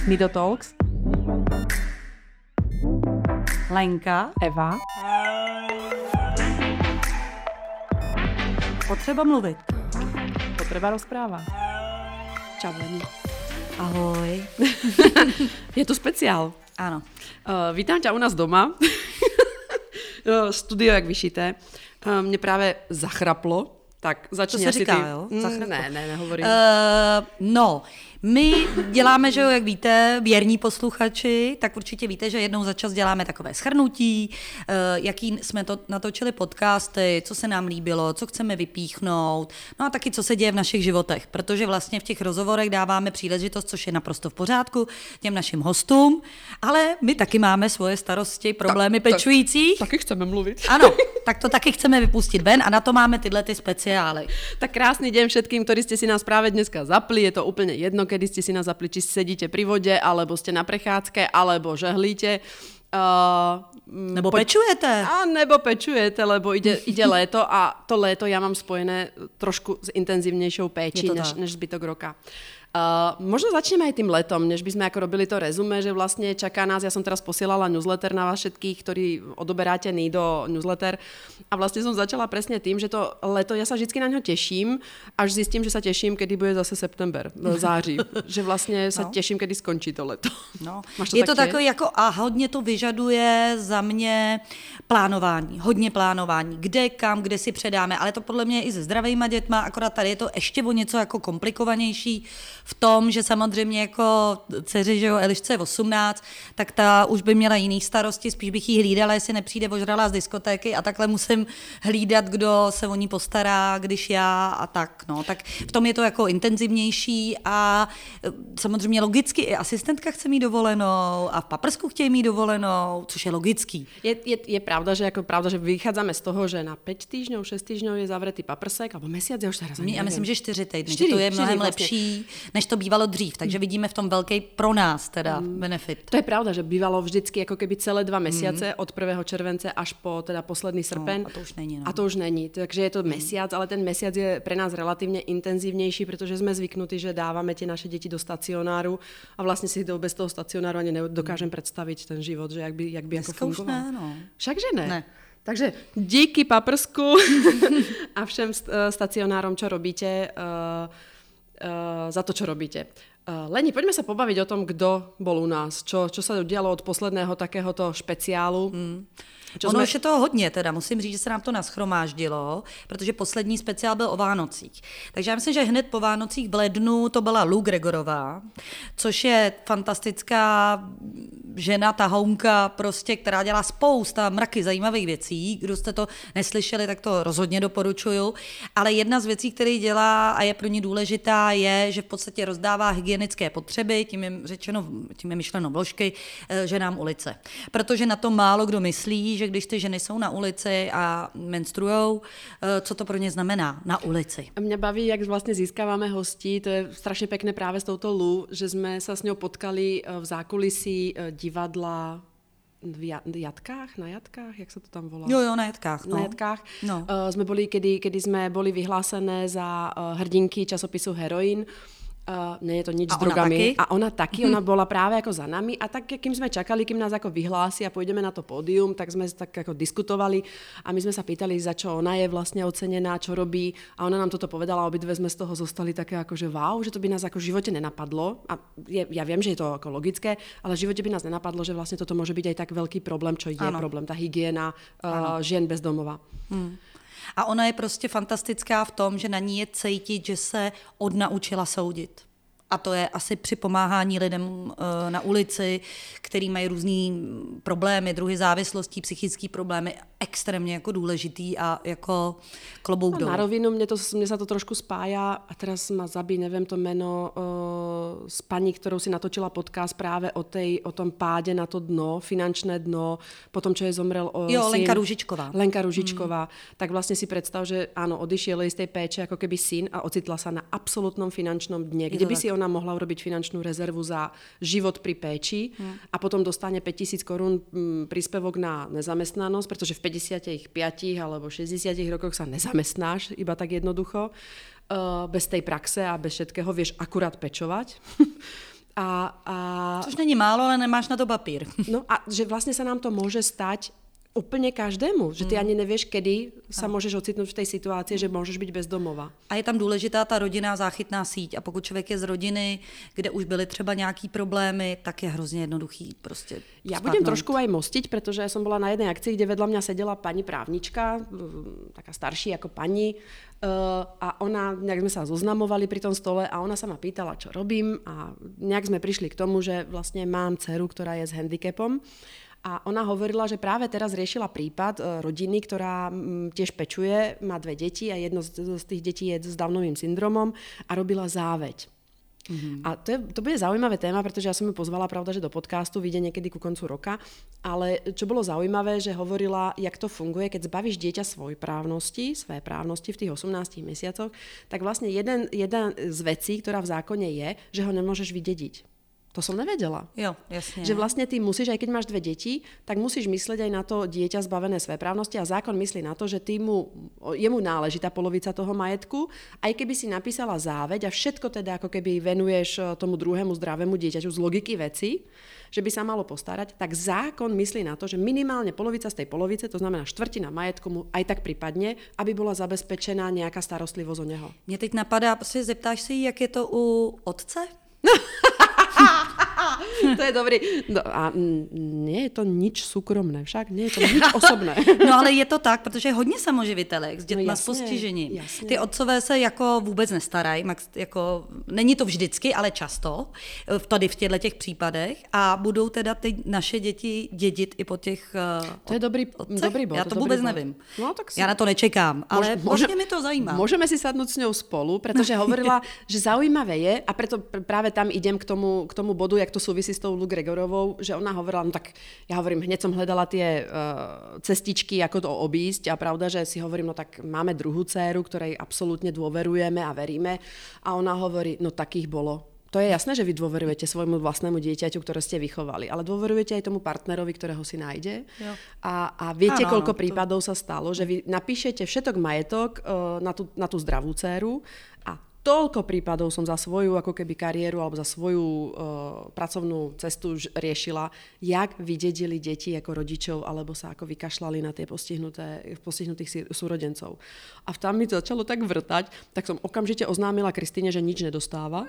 Nido Talks, Lenka, Eva. potřeba mluvit. Potreba rozpráva. Čau, Leni. Ahoj. Je tu speciál. Ano. Vítám ťa u nás doma. Studio jak vyšité. Mě právě zachraplo. Tak začni. To se říká, ty. jo? Ne, nehovorím. No, my děláme, že jo, jak víte, věrní posluchači, tak určitě víte, že jednou za čas děláme takové shrnutí, jaký jsme to natočili podcasty, co se nám líbilo, co chceme vypíchnout, no a taky, co se děje v našich životech, protože vlastně v těch rozhovorech dáváme příležitost, což je naprosto v pořádku, těm našim hostům, ale my taky máme svoje starosti, problémy pečujících. Taky chceme mluvit. Ano, tak to taky chceme vypustit ven a na to máme tyhle ty speciály. Tak krásny deň všetkým, ktorí ste si nás práve dneska zapli. Je to úplne jedno, kedy ste si nás zapli, či sedíte pri vode, alebo ste na prechádzke, alebo žehlíte. Nebo pečujete. A nebo pečujete, lebo ide léto a to léto ja mám spojené trošku s intenzívnejšou péčí než zbytok roka. Možno začneme aj tým letom, než by sme ako robili to rezume, že vlastne čaká nás, ja som teraz posielala newsletter na vás všetkých, ktorí odoberáte Nido newsletter a vlastne som začala presne tým, že to leto, ja sa vždycky na ňo teším, až zistím, že sa teším, kedy bude zase september, září, že vlastne sa teším, kedy skončí to leto. No. Je to takový jako a hodně to vyžaduje za mě plánování, hodně plánování, kde, kam, kde si předáme, ale to podle mě je i se zdravýma dětma, akorát tady je to ještě o něco jako komplikovanější v tom, že samozřejmě jako dceři, že jo, Elišce je 18, tak ta už by měla jiný starosti, spíš bych jí hlídala, jestli nepřijde ožralá z diskotéky a takhle musím hlídat, kdo se o ní postará, když já a tak, no. Tak v tom je to jako intenzivnější a samozřejmě logicky i asistentka chce mít dovolenou a v paprsku chtějí mít dovolenou, což je logický. Je pravda, že vychádzame z toho, že na 5 týždňov, 6 týždňov je zavretý paprsek, alebo mesiac, ja už teraz neviem. Já myslím, že 4 týdny, že to je mnohem lepší, než to bývalo dřív, takže vidíme v tom velký pro nás teda benefit. To je pravda, že bývalo vždycky jako keby celé 2 mesiace od 1. července až po teda posledný srpen. No, a to už není. No. A to už není, takže je to mesiac, ale ten mesiac je pre nás relatívne intenzívnejší, protože sme zvyknutí, že dávame tie naše deti do stacionáru a vlastne si to bez toho stacionáru ani nedokážem predstaviť ten život, že jak by ako fungoval. Ne, no. Všakže ne. Ne. Takže díky paprsku a všem stacionárom, čo robíte, za to, čo robíte. Leni, poďme sa pobaviť o tom, kto bol u nás, čo sa udialo od posledného takéhoto špeciálu. Ono už je toho hodně, teda musím říct, že se nám to nashromáždilo, protože poslední speciál byl o Vánocích. Takže já myslím, že hned po Vánocích v lednu to byla Lou Gregorová, což je fantastická žena, tahounka prostě, která dělá spousta mraky zajímavých věcí. Kdo jste to neslyšeli, tak to rozhodně doporučuju. Ale jedna z věcí, které dělá a je pro ní důležitá, je, že v podstatě rozdává hygienické potřeby, tím je myšleno vložky, ženám ulice. Protože na to málo kdo myslí, že když ty ženy jsou na ulici a menstruujou, co to pro ně znamená na ulici. Mňa baví, jak vlastne získávame hostí, to je strašne pekné práve s touto Lou, že sme sa s ňou potkali v zákulisí divadla na jatkách, jak sa to tam volá? Jo, na jatkách. No. Na jatkách. No. Sme boli, kedy sme boli vyhlásené za hrdinky časopisu Heroin. Nie je to nič s drogami. A ona taky, ona bola práve ako za nami a tak, kým sme čakali, kým nás ako vyhlási a pôjdeme na to pódium, tak sme tak ako diskutovali a my sme sa pýtali, za čo ona je vlastne ocenená, čo robí a ona nám toto povedala a obidve sme z toho zostali také ako, že wow, že to by nás ako v živote nenapadlo a ja viem, že je to ako logické, ale v živote by nás nenapadlo, že vlastne toto môže byť aj tak veľký problém, čo je problém, tá hygiena žien bez domova. A ona je prostě fantastická v tom, že na ní je cítit, že se odnaučila soudit. A to je asi při pomáhání lidem na ulici, který mají různý problémy, druhy závislostí, psychické problémy, extrémně jako důležitý a jako klobouk dolů. Na rovinu mne sa to trošku spája a teraz ma zabí, neviem to meno, s paní, ktorou si natočila podcast práve o tom páde na to dno, finančné dno, potom, čo je zomrel syn. Lenka Ružičková. Tak vlastne si predstav, že áno, odišiel z tej péče ako keby syn a ocitla sa na absolútnom finančnom dne, kde by si ona mohla urobiť finančnú rezervu za život pri péči a potom dostane 5 000 korún príspevok na nezamestnanosť, pretože v 55 alebo 60 rokoch sa nezamestnáš iba tak jednoducho. Bez tej praxe a bez všetkého vieš akurát pečovať. Což není málo, ale nemáš na to papír. No a že vlastne sa nám to môže stať úplne každému, že ty ani nevieš, kedy sa môžeš ocitnúť v tej situácii, že môžeš byť bezdomová. A je tam důležitá ta rodinná záchytná síť. A pokud člověk je z rodiny, kde už byly třeba nějaký problémy, tak je hrozně jednoduchý prostě Ja spadnout. budem trošku aj mostiť, pretože ja som bola na jednej akcii, kde vedľa mňa sedela pani právnička, taká starší ako pani, a ona, nejak sme sa zoznamovali pri tom stole a ona sa ma pýtala, čo robím a nejak sme prišli k tomu, že vlastne mám dceru, ktorá je s handicapom. A ona hovorila, že práve teraz riešila prípad rodiny, ktorá tiež pečuje, má 2 deti a jedno z tých detí je s Downovým syndromom a robila záveď. A to bude zaujímavé téma, pretože ja som ju pozvala, pravda, že do podcastu, vyjde niekedy ku koncu roka, ale čo bolo zaujímavé, že hovorila, jak to funguje, keď zbavíš dieťa své právnosti v tých 18 mesiacoch, tak vlastne jeden z vecí, ktorá v zákone je, že ho nemôžeš vydediť. To som nevedela. Jo, jasne. Že vlastne ty musíš, aj keď máš 2 deti, tak musíš myslieť aj na to dieťa zbavené svojprávnosti a zákon myslí na to, že jemu náleží tá polovica toho majetku, aj keby si napísala záveď a všetko teda ako keby venuješ tomu druhému zdravému dieťaťu z logiky veci, že by sa malo postarať, tak zákon myslí na to, že minimálne polovica z tej polovice, to znamená štvrtina majetku mu aj tak prípadne, aby bola zabezpečená nejaká starostlivosť o neho. Mě teď napadá, prostě zeptáš si, jak je to u otce? To je dobrý. No, a nie je to nič súkromné, však nie je to nič osobné. No ale je to tak, protože je hodně samoživitelek s dětma s postižením. Jasně. Ty otcové se jako vůbec nestarají, jako není to vždycky, ale často tady v těchto případech a budou teda ty naše děti dědit i po těch To je dobrý bod. Já to vůbec nevím. No, tak já na to nečekám, ale možná mi to zajímá. Môžeme si sadnúť s ňou spolu, pretože hovorila, že zaujímavé je, a preto práve tam idem k tomu bodu, jak to súvisí s tou Lou Gregorovou, že ona hovorila, no tak ja hovorím, hneď som hľadala tie cestičky, ako to obísť a pravda, že si hovorím, no tak máme druhú dcéru, ktorej absolútne dôverujeme a veríme a ona hovorí, no takých bolo. To je jasné, že vy dôverujete svojmu vlastnému dieťaťu, ktoré ste vychovali, ale dôverujete aj tomu partnerovi, ktorého si nájde. A viete, koľko prípadov sa stalo, že vy napíšete všetok majetok na tú zdravú dcéru a toľko prípadov som za svoju ako keby kariéru alebo za svoju pracovnú cestu riešila, jak vydedili deti ako rodičov alebo sa ako vykašľali na tie postihnutých súrodencov. A tam mi to začalo tak vrtať, tak som okamžite oznámila Kristýne, že nič nedostáva.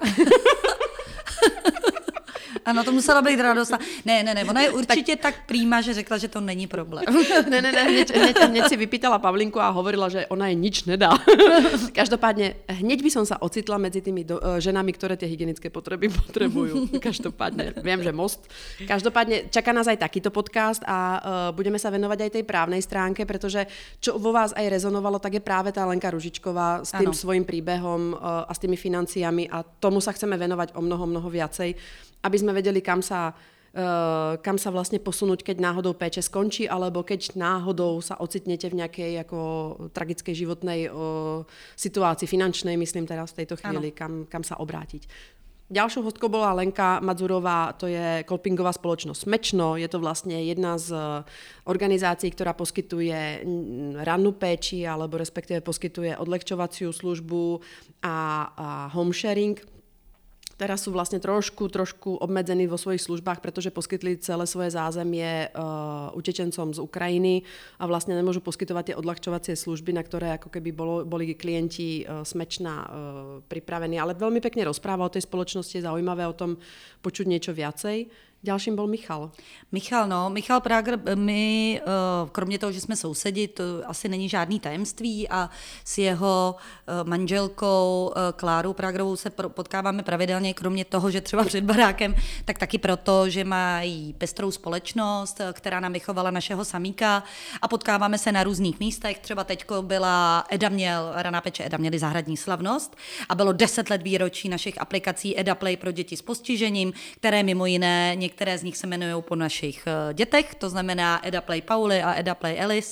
Ano, to musela být radostná. Ne, ona je určitě tak príma, že řekla, že to není problém. Ne, hneď si vypýtala Pavlinku a hovorila, že ona jej nič nedá. Každopádne, hneď by som sa ocitla medzi tými ženami, ktoré tie hygienické potreby potrebujú. Každopádne, viem, že most. Každopádne, čaká nás aj takýto podcast a budeme sa venovať aj tej právnej stránke, pretože čo vo vás aj rezonovalo, tak je práve tá Lenka Ružičková s tým svojím príbehom a s tými financiami a tomu sa chceme venovať o mnoho viacej, aby sme vedeli, kam sa vlastne posunúť, keď náhodou péče skončí, alebo keď náhodou sa ocitnete v nejakej ako tragickej životnej situácii, finančnej, myslím teraz v tejto chvíli, kam sa obrátiť. Ďalšou hostkou bola Lenka Madzurová, to je kolpingová spoločnosť Mečno, je to vlastne jedna z organizácií, ktorá poskytuje rannú péči, alebo respektíve poskytuje odľahčovaciu službu a home sharing. Teraz sú vlastne trošku obmedzení vo svojich službách, pretože poskytli celé svoje zázemie utečencom z Ukrajiny a vlastne nemôžu poskytovať tie odľahčovacie služby, na ktoré ako keby boli klienti Smečna pripravení. Ale veľmi pekne rozpráva o tej spoločnosti, je zaujímavé o tom počuť niečo viacej. Ďalším byl Michal. Michal Prager, my kromě toho, že jsme sousedi, to asi není žádný tajemství a s jeho manželkou Klárou Pragerovou se potkáváme pravidelně, kromě toho, že třeba před barákem, tak taky proto, že mají pestrou společnost, která nám vychovala našeho samíka a potkáváme se na různých místech. Třeba teďko byla Raná peče Eda měli zahradní slavnost a bylo 10 let výročí našich aplikací Eda Play pro děti s postižením, které mimo jiné některé z nich se jmenují po našich dětech, to znamená Eda Play Pauli a Eda Play Alice.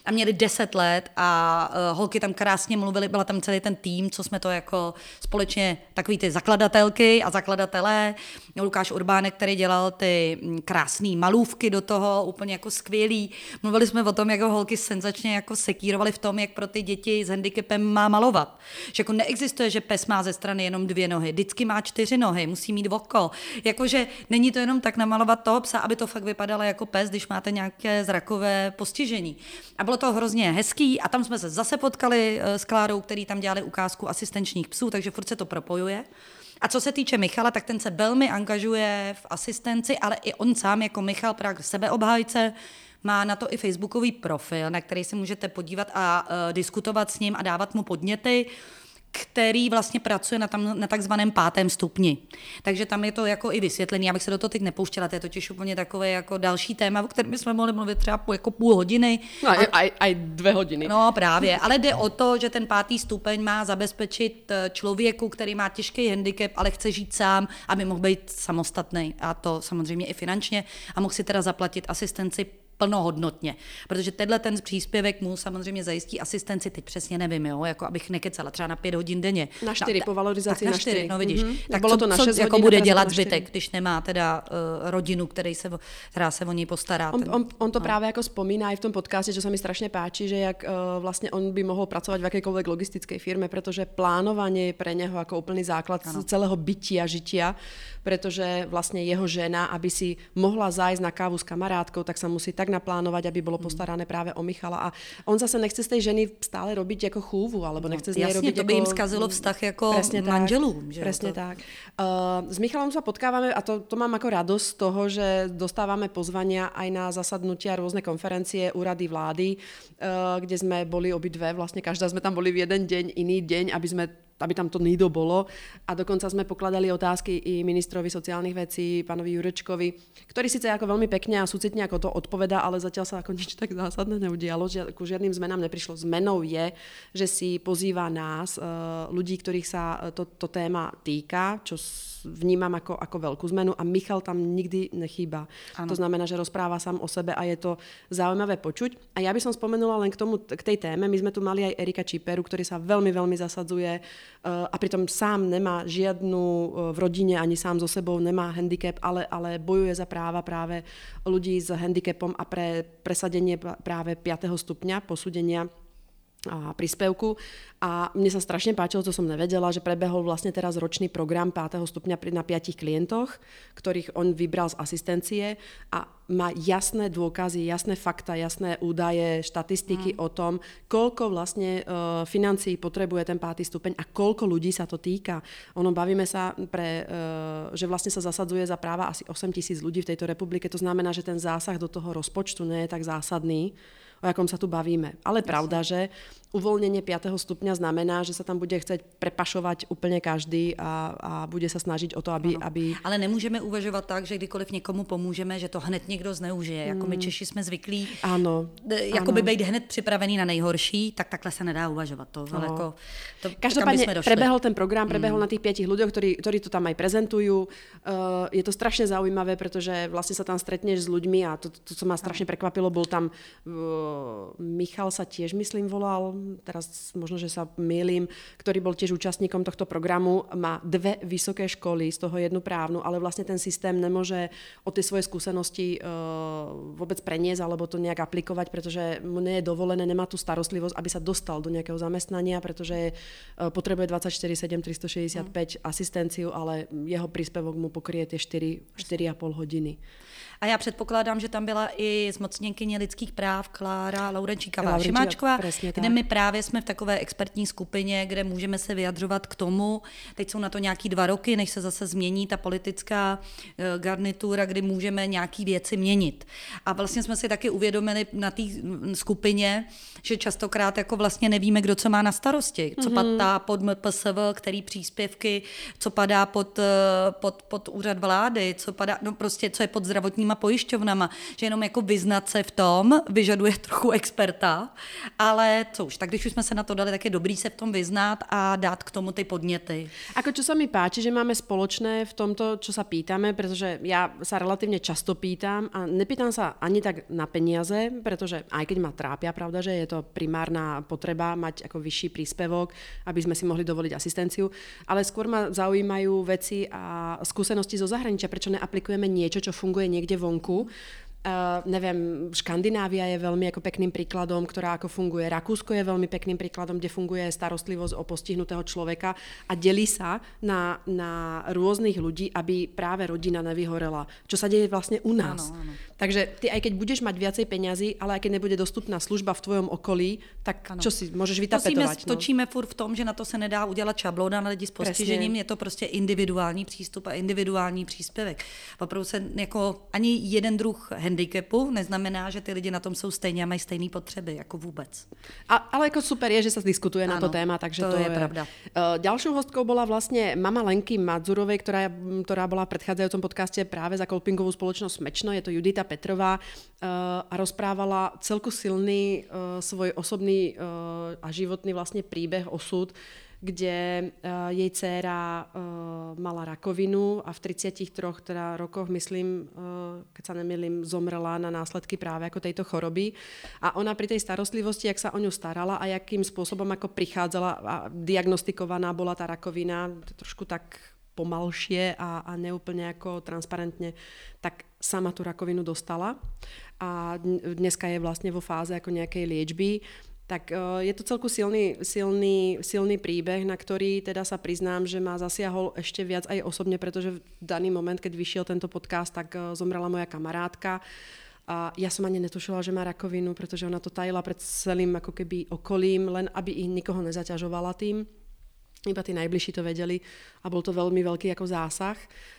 a měli 10 let a holky tam krásně mluvily, byla tam celý ten tým, co jsme to jako společně, takový ty zakladatelky a zakladatelé, Lukáš Urbánek, který dělal ty krásné malůvky do toho, úplně jako skvělý. Mluvili jsme o tom, jak holky senzačně jako sekírovaly v tom, jak pro ty děti s handicapem má malovat. Že jako neexistuje, že pes má ze strany jenom 2 nohy, vždycky má 4 nohy, musí mít oko. Jakože není to jenom tak namalovat toho psa, aby to fakt vypadalo jako pes, když máte nějaké zrakové postižení. A bylo to hrozně hezký a tam jsme se zase potkali s Klárou, který tam dělali ukázku asistenčních psů, takže furt se to propojuje. A co se týče Michala, tak ten se velmi angažuje v asistenci, ale i on sám jako Michal Prák sebeobhájce má na to i facebookový profil, na který se můžete podívat a diskutovat s ním a dávat mu podněty, který vlastně pracuje na takzvaném 5. stupni. Takže tam je to jako i vysvětlený, abych se do toho teď nepouštěla, to je totiž úplně takové jako další téma, o kterém jsme mohli mluvit třeba jako půl hodiny. No aj 2 hodiny. No právě, ale jde o to, že ten 5. stupeň má zabezpečit člověku, který má těžký handicap, ale chce žít sám, aby mohl být samostatný, a to samozřejmě i finančně, a mohl si teda zaplatit asistenci plnohodnotně, protože ten příspěvek mu samozřejmě zajistí asistenci, teď přesně nevím, jo, jako abych nekecala, třeba na 5 hodin denně. Na 4, po valorizaci na 4. No vidíš, tak bylo to na 6 jako hodin, bude dělat zbytek, když nemá teda rodinu, která se o něj postará. On to právě jako spomíná i v tom podcaste, že sa mi strašne páči, že jak vlastně on by mohol pracovať v akejkoľvek logistickej firme, pretože plánovanie je pre neho ako úplný základ celého bytia, žitia, pretože vlastne jeho žena, aby si mohla zájsť na kávu s kamarátkou, tak sa musí tak naplánovať, aby bolo postarané práve o Michala. A on zase nechce z tej ženy stále robiť ako chúvu, alebo nechce z nej robiť to by im skazilo vztah jako manželům. Že presne tak. S Michalom sa potkávame a to mám ako radosť z toho, že dostávame pozvania aj na zasadnutia, rôzne konferencie, úrady vlády, kde sme boli obidve, vlastne každá sme tam boli v jeden deň, iný deň, aby tam to NIDO bolo. A dokonca sme pokladali otázky i ministrovi sociálnych vecí, pánovi Jurečkovi, ktorý síce ako veľmi pekne a súcitne ako to odpovedá, ale zatiaľ sa ako nič tak zásadné neudialo, že ku žiadnym zmenám neprišlo. Zmenou je, že si pozýva nás, ľudí, ktorých sa to téma týka, čo vnímam ako veľkú zmenu, a Michal tam nikdy nechýba. Ano. To znamená, že rozpráva sám o sebe a je to zaujímavé počuť. A ja by som spomenula len k tej téme. My sme tu mali aj Erika Číperu, ktorý sa veľmi, veľmi zasadzuje a pritom sám nemá žiadnu v rodine, ani sám so sebou nemá handicap, ale bojuje za práva práve ľudí s handicapom a pre presadenie práve 5. stupňa posúdenia a príspevku. A mne sa strašne páčilo, to som nevedela, že prebehol vlastne teraz ročný program 5. stupňa na 5 klientoch, ktorých on vybral z asistencie a má jasné dôkazy, jasné fakta, jasné údaje, štatistiky o tom, koľko vlastne financií potrebuje ten 5. stupeň a koľko ľudí sa to týka. Bavíme sa, že vlastne sa zasadzuje za práva asi 8 000 ľudí v tejto republike, to znamená, že ten zásah do toho rozpočtu nie je tak zásadný, o jakom sa tu bavíme. Ale pravda, že uvoľnenie 5. stupňa znamená, že sa tam bude chcieť prepašovať úplne každý a bude sa snažiť o to, aby... Ale nemůžeme uvažovat tak, že kdykoliv někomu pomůžeme, že to hned někdo zneužije. Jako my Češi jsme zvyklí by být hned připravený na nejhorší, tak takhle sa nedá uvažovat. Každopádne prebehol ten program, prebehol na tých 5 ľuďoch, ktorí to tam aj prezentujú. Je to strašne zaujímavé, pretože vlastne sa tam stretneš s ľuďmi a to co ma strašne prekvapilo, bol tam Michal sa tiež, myslím, volal, teraz možno, že sa mýlim, ktorý bol tiež účastníkom tohto programu, má 2 vysoké školy, z toho 1 právnu, ale vlastne ten systém nemôže o tie svoje skúsenosti vôbec preniesť alebo to nejak aplikovať, pretože mu nie je dovolené, nemá tú starostlivosť, aby sa dostal do nejakého zamestnania, pretože potrebuje 24/7 365 asistenciu, ale jeho príspevok mu pokrie tie 4,5 hodiny. A já předpokládám, že tam byla i zmocněnkyně lidských práv Klára Laurenčíková-Šimáčková, kde my právě jsme v takové expertní skupině, kde můžeme se vyjadřovat k tomu. Teď jsou na to nějaký 2 roky, než se zase změní ta politická garnitura, kdy můžeme nějaký věci měnit. A vlastně jsme si taky uvědomili na té skupině, že častokrát jako vlastně nevíme, kdo co má na starosti. Co padá pod MPSV, který příspěvky, co padá pod úřad vlády, co padá, no prostě co je pod zdravotníma pojišťovnama, že jenom jako vyznat se v tom vyžaduje trochu experta, ale co už, tak když už jsme se na to dali, tak je dobrý se v tom vyznát a dát k tomu ty podněty. Ako čo sa mi páči, že máme spoločné v tomto, čo sa pýtame, pretože ja sa relatívne často pýtam a nepýtam sa ani tak na peniaze, pretože aj keď ma trápia, pravda, že je to primárna potreba mať ako vyšší príspevok, aby sme si mohli dovoliť asistenciu, ale skôr ma zaujímajú veci a skúsenosti zo zahraničia, prečo neaplikujeme niečo, čo funguje niekde vonku. Neviem, Škandinávia je veľmi ako pekným príkladom, ktorá ako funguje. Rakúsko je veľmi pekným príkladom, kde funguje starostlivosť o postihnutého človeka a delí sa na rôznych ľudí, aby práve rodina nevyhorela. Čo sa deje vlastne u nás. Áno. Takže ty aj keď budeš mať viacej peňazí, ale aj keď nebude dostupná služba v tvojom okolí, tak čo si môžeš vytapetovať? Točíme furt v tom, že na to se nedá udělat šablona na lidi s postižením, je to prostě individuální přístup a individuální příspěvek. Opravdu se jako ani jeden druh handicapu neznamená, že ty lidi na tom jsou stejně a mají stejné potřeby, jako vůbec. Ale jako super je, že sa diskutuje na to téma, takže to je pravda. Ďalšou hostkou bola vlastne mama Lenky Madzurovej, ktorá bola v predchádzajúcom podcaste práve za kolpingovú spoločnosť Smečno, je to Judita Petrová a rozprávala celku silný svoj osobný a životný vlastne príbeh, osud, kde jej dcéra mala rakovinu a v 33 teda rokoch, myslím, keď sa nemýlim, zomrela na následky práve ako tejto choroby. A ona pri tej starostlivosti, jak sa o ňu starala a jakým spôsobom ako prichádzala a diagnostikovaná bola tá rakovina, trošku tak pomalšie a neúplne ako transparentne, tak sama tú rakovinu dostala. A dneska je vlastne vo fáze ako nejakej liečby. Tak je to celku silný príbeh, na ktorý teda sa priznám, že ma zasiahol ešte viac aj osobne, pretože v daný moment, keď vyšiel tento podcast, tak zomrela moja kamarátka. A ja som ani netušila, že má rakovinu, pretože ona to tajila pred celým ako keby okolím, len aby ich nikoho nezaťažovala tým. Iba tí najbližší to vedeli a bol to veľmi veľký ako zásah.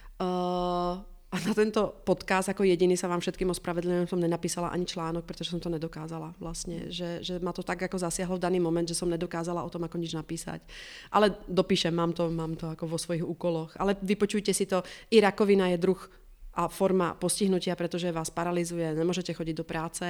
A na tento podcast ako jediný sa vám všetkým ospravedlňujem, som nenapísala ani článok, pretože som to nedokázala vlastne. Že ma to tak ako zasiahlo v daný moment, že som nedokázala o tom ako nič napísať. Ale dopíšem, mám to ako vo svojich úkoloch. Ale vypočujte si to, i rakovina je druh a forma postihnutia, pretože vás paralizuje, nemôžete chodiť do práce,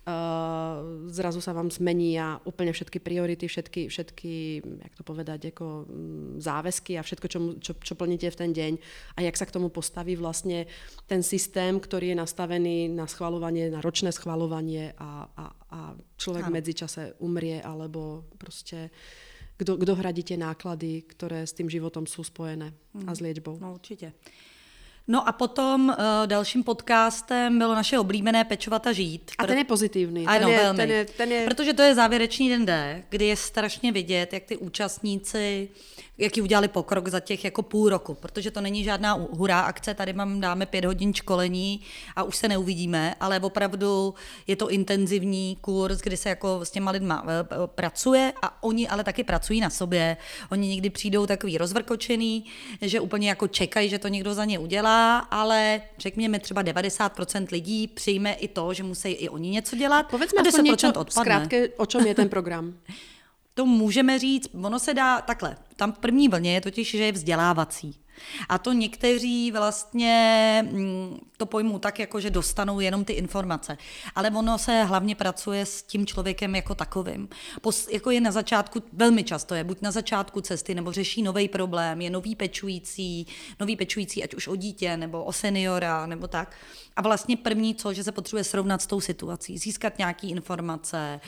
zrazu sa vám zmení a úplne všetky priority, všetky jak to povedať, ako záväzky a všetko, čo plníte v ten deň a jak sa k tomu postaví vlastne ten systém, ktorý je nastavený na schvaľovanie, na ročné schvaľovanie a človek v medzičase umrie alebo proste kdo hradí tie náklady, ktoré s tým životom sú spojené a s liečbou. No určitě. No a potom dalším podcastem bylo naše oblíbené Pečovat a žít. A ten je pozitivní. Ano, velmi. Ten je... Protože to je závěrečný den D, kdy je strašně vidět, jak ty účastníci, jaký udělali pokrok za těch jako půl roku. Protože to není žádná hurá akce, tady dáme 5 hodin školení a už se neuvidíme, ale opravdu je to intenzivní kurz, kdy se jako s těma lidma pracuje a oni ale taky pracují na sobě. Oni někdy přijdou takový rozvrkočený, že úplně jako čekají, že to někdo za ně udělá, ale řekněme třeba 90% lidí přijme i to, že musí i oni něco dělat. Povedzme aspoň niečo zkrátke, o čom je ten program. To můžeme říct, ono se dá takhle. Tam v první vlně je totiž, že je vzdělávací. A to někteří vlastně to pojmou tak, jako že dostanou jenom ty informace. Ale ono se hlavně pracuje s tím člověkem jako takovým. Jako je na začátku, velmi často je, buď na začátku cesty, nebo řeší nový problém, je nový pečující, ať už o dítě, nebo o seniora, nebo tak. A vlastně první že se potřebuje srovnat s tou situací, získat nějaké informace,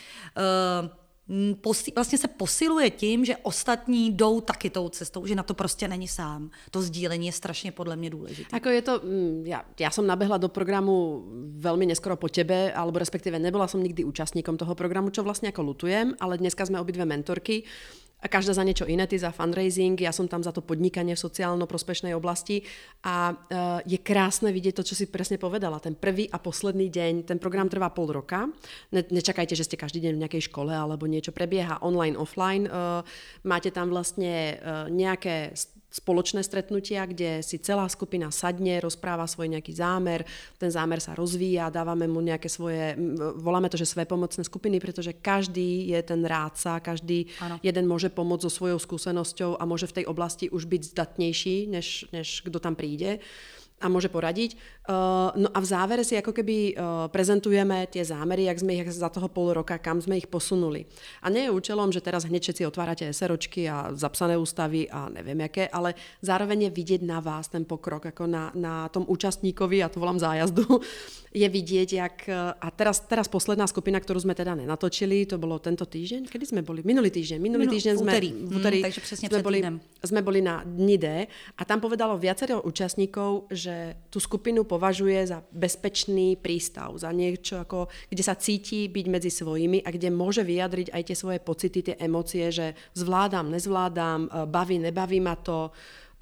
vlastně se posiluje tím, že ostatní jdou taky tou cestou, že na to prostě není sám. To sdílení je strašně podle mě důležité. Ako je to, ja som nabehla do programu veľmi neskoro po tebe, alebo respektíve nebola som nikdy účastníkom toho programu, čo vlastne ako lutujem, ale dneska sme obidve mentorky a každá za niečo iné, ty za fundraising, ja som tam za to podnikanie v sociálno-prospešnej oblasti a je krásne vidieť to, čo si presne povedala, ten prvý a posledný deň, ten program trvá pol roka, nečakajte, že ste každý deň v nejakej škole alebo niečo prebieha online, offline, máte tam vlastne nejaké spoločné stretnutia, kde si celá skupina sadne, rozpráva svoj nejaký zámer, ten zámer sa rozvíja, dávame mu nejaké svoje, voláme to, že svojpomocné skupiny, pretože každý je ten rádca, každý jeden môže pomôcť so svojou skúsenosťou a môže v tej oblasti už byť zdatnejší, než kto tam príde. a môže poradiť. No a v závere si ako keby prezentujeme tie zámery, jak sme ich za toho pol roka, kam sme ich posunuli. A nie je účelom, že teraz hneď všetci otvárate SROčky a zapsané ústavy a neviem jaké, ale zároveň je vidieť na vás ten pokrok, ako na tom účastníkovi, ja to volám zájazdu, je vidieť, jak... A teraz posledná skupina, ktorú sme teda nenatočili, to bolo tento týždeň. Kedy sme boli? Minulý týždeň sme... V úterý takže presne pred týdnem. Sme boli na Dni D a tam povedalo viacero účastníkov, že tú skupinu považuje za bezpečný prístav, za niečo, ako, kde sa cíti byť medzi svojimi a kde môže vyjadriť aj tie svoje pocity, tie emócie, že zvládam, nezvládam, baví, nebaví ma to,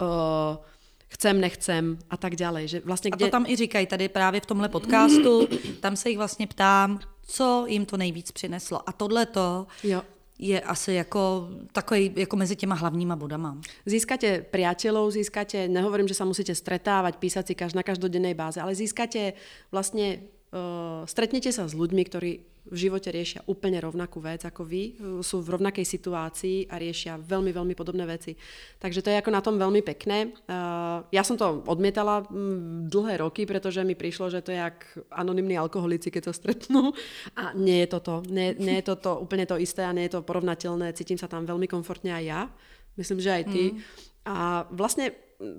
chcem, nechcem a tak ďalej. Že vlastne kde... A to tam i říkají tady právě v tomhle podcastu, tam se jich vlastně ptám, co jim to nejvíc přineslo. A tohleto je asi jako takový jako mezi těma hlavníma bodama. Získate priateľov, nehovorím, že sa musíte stretávať, písať si na každodennej báze, ale získate vlastne, stretnete sa s ľuďmi, ktorí v živote riešia úplne rovnakú vec ako vy, sú v rovnakej situácii a riešia veľmi, veľmi podobné veci. Takže to je ako na tom veľmi pekné. Ja som to odmietala dlhé roky, pretože mi prišlo, že to je jak anonymní alkoholici, keď sa stretnú. A nie je toto. Nie je toto úplne to isté a nie je to porovnateľné. Cítim sa tam veľmi komfortne aj ja. Myslím, že aj ty. A vlastne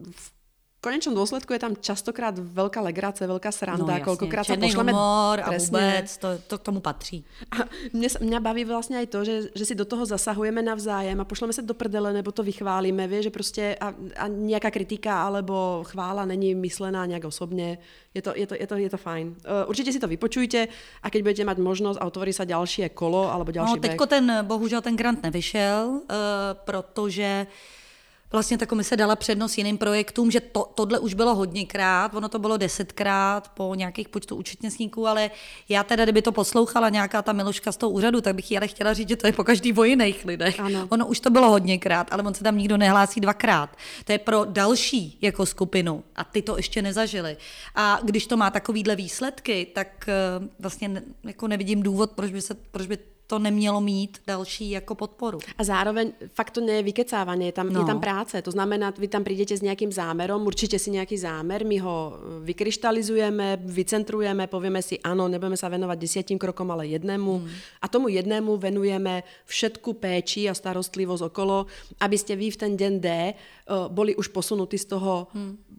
v konečnom dôsledku je tam častokrát veľká legrácia, veľká sranda, koľkokrát sa pošleme... humor a vôbec, to k tomu patrí. A mňa baví vlastne aj to, že si do toho zasahujeme navzájem a pošleme sa do prdele, nebo to vychválime, vie, že proste a nejaká kritika alebo chvála není myslená nejak osobne. Je to fajn. Určite si to vypočujte a keď budete mať možnosť a otvorí sa ďalšie kolo alebo ďalší beh. Teďko bohužel ten grant nevyšel, protože vlastně ta komise dala přednost jiným projektům, že tohle už bylo hodněkrát, ono to bylo 10krát po nějakých počtu účetnicníků, ale já teda, kdyby to poslouchala nějaká ta Miloška z toho úřadu, tak bych jí ale chtěla říct, že to je po každý o jiných lidech. Ano. Ono už to bylo hodněkrát, ale on se tam nikdo nehlásí 2krát. To je pro další jako skupinu a ty to ještě nezažili. A když to má takovýhle výsledky, tak vlastně jako nevidím důvod, proč by to nemělo mít další jako podporu. A zároveň fakt to nie je vykecávanie, je tam práce. To znamená, vy tam prídete s nejakým zámerom, určite si nejaký zámer, my ho vykryštalizujeme, vycentrujeme, povieme si áno, nebudeme sa venovať 10 krokom, ale jednému. A tomu jednému venujeme všetku péči a starostlivosť okolo, aby ste vy v ten deň D boli už posunutí z toho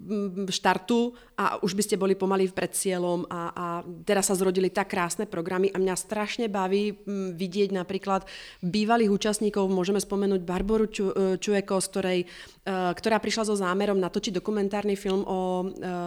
štartu a už by ste boli pomaly pred cieľom a teraz sa zrodili tak krásne programy a mňa strašne baví vidieť napríklad bývalých účastníkov, môžeme spomenúť Barboru Čueko, ktorá prišla so zámerom natočiť dokumentárny film o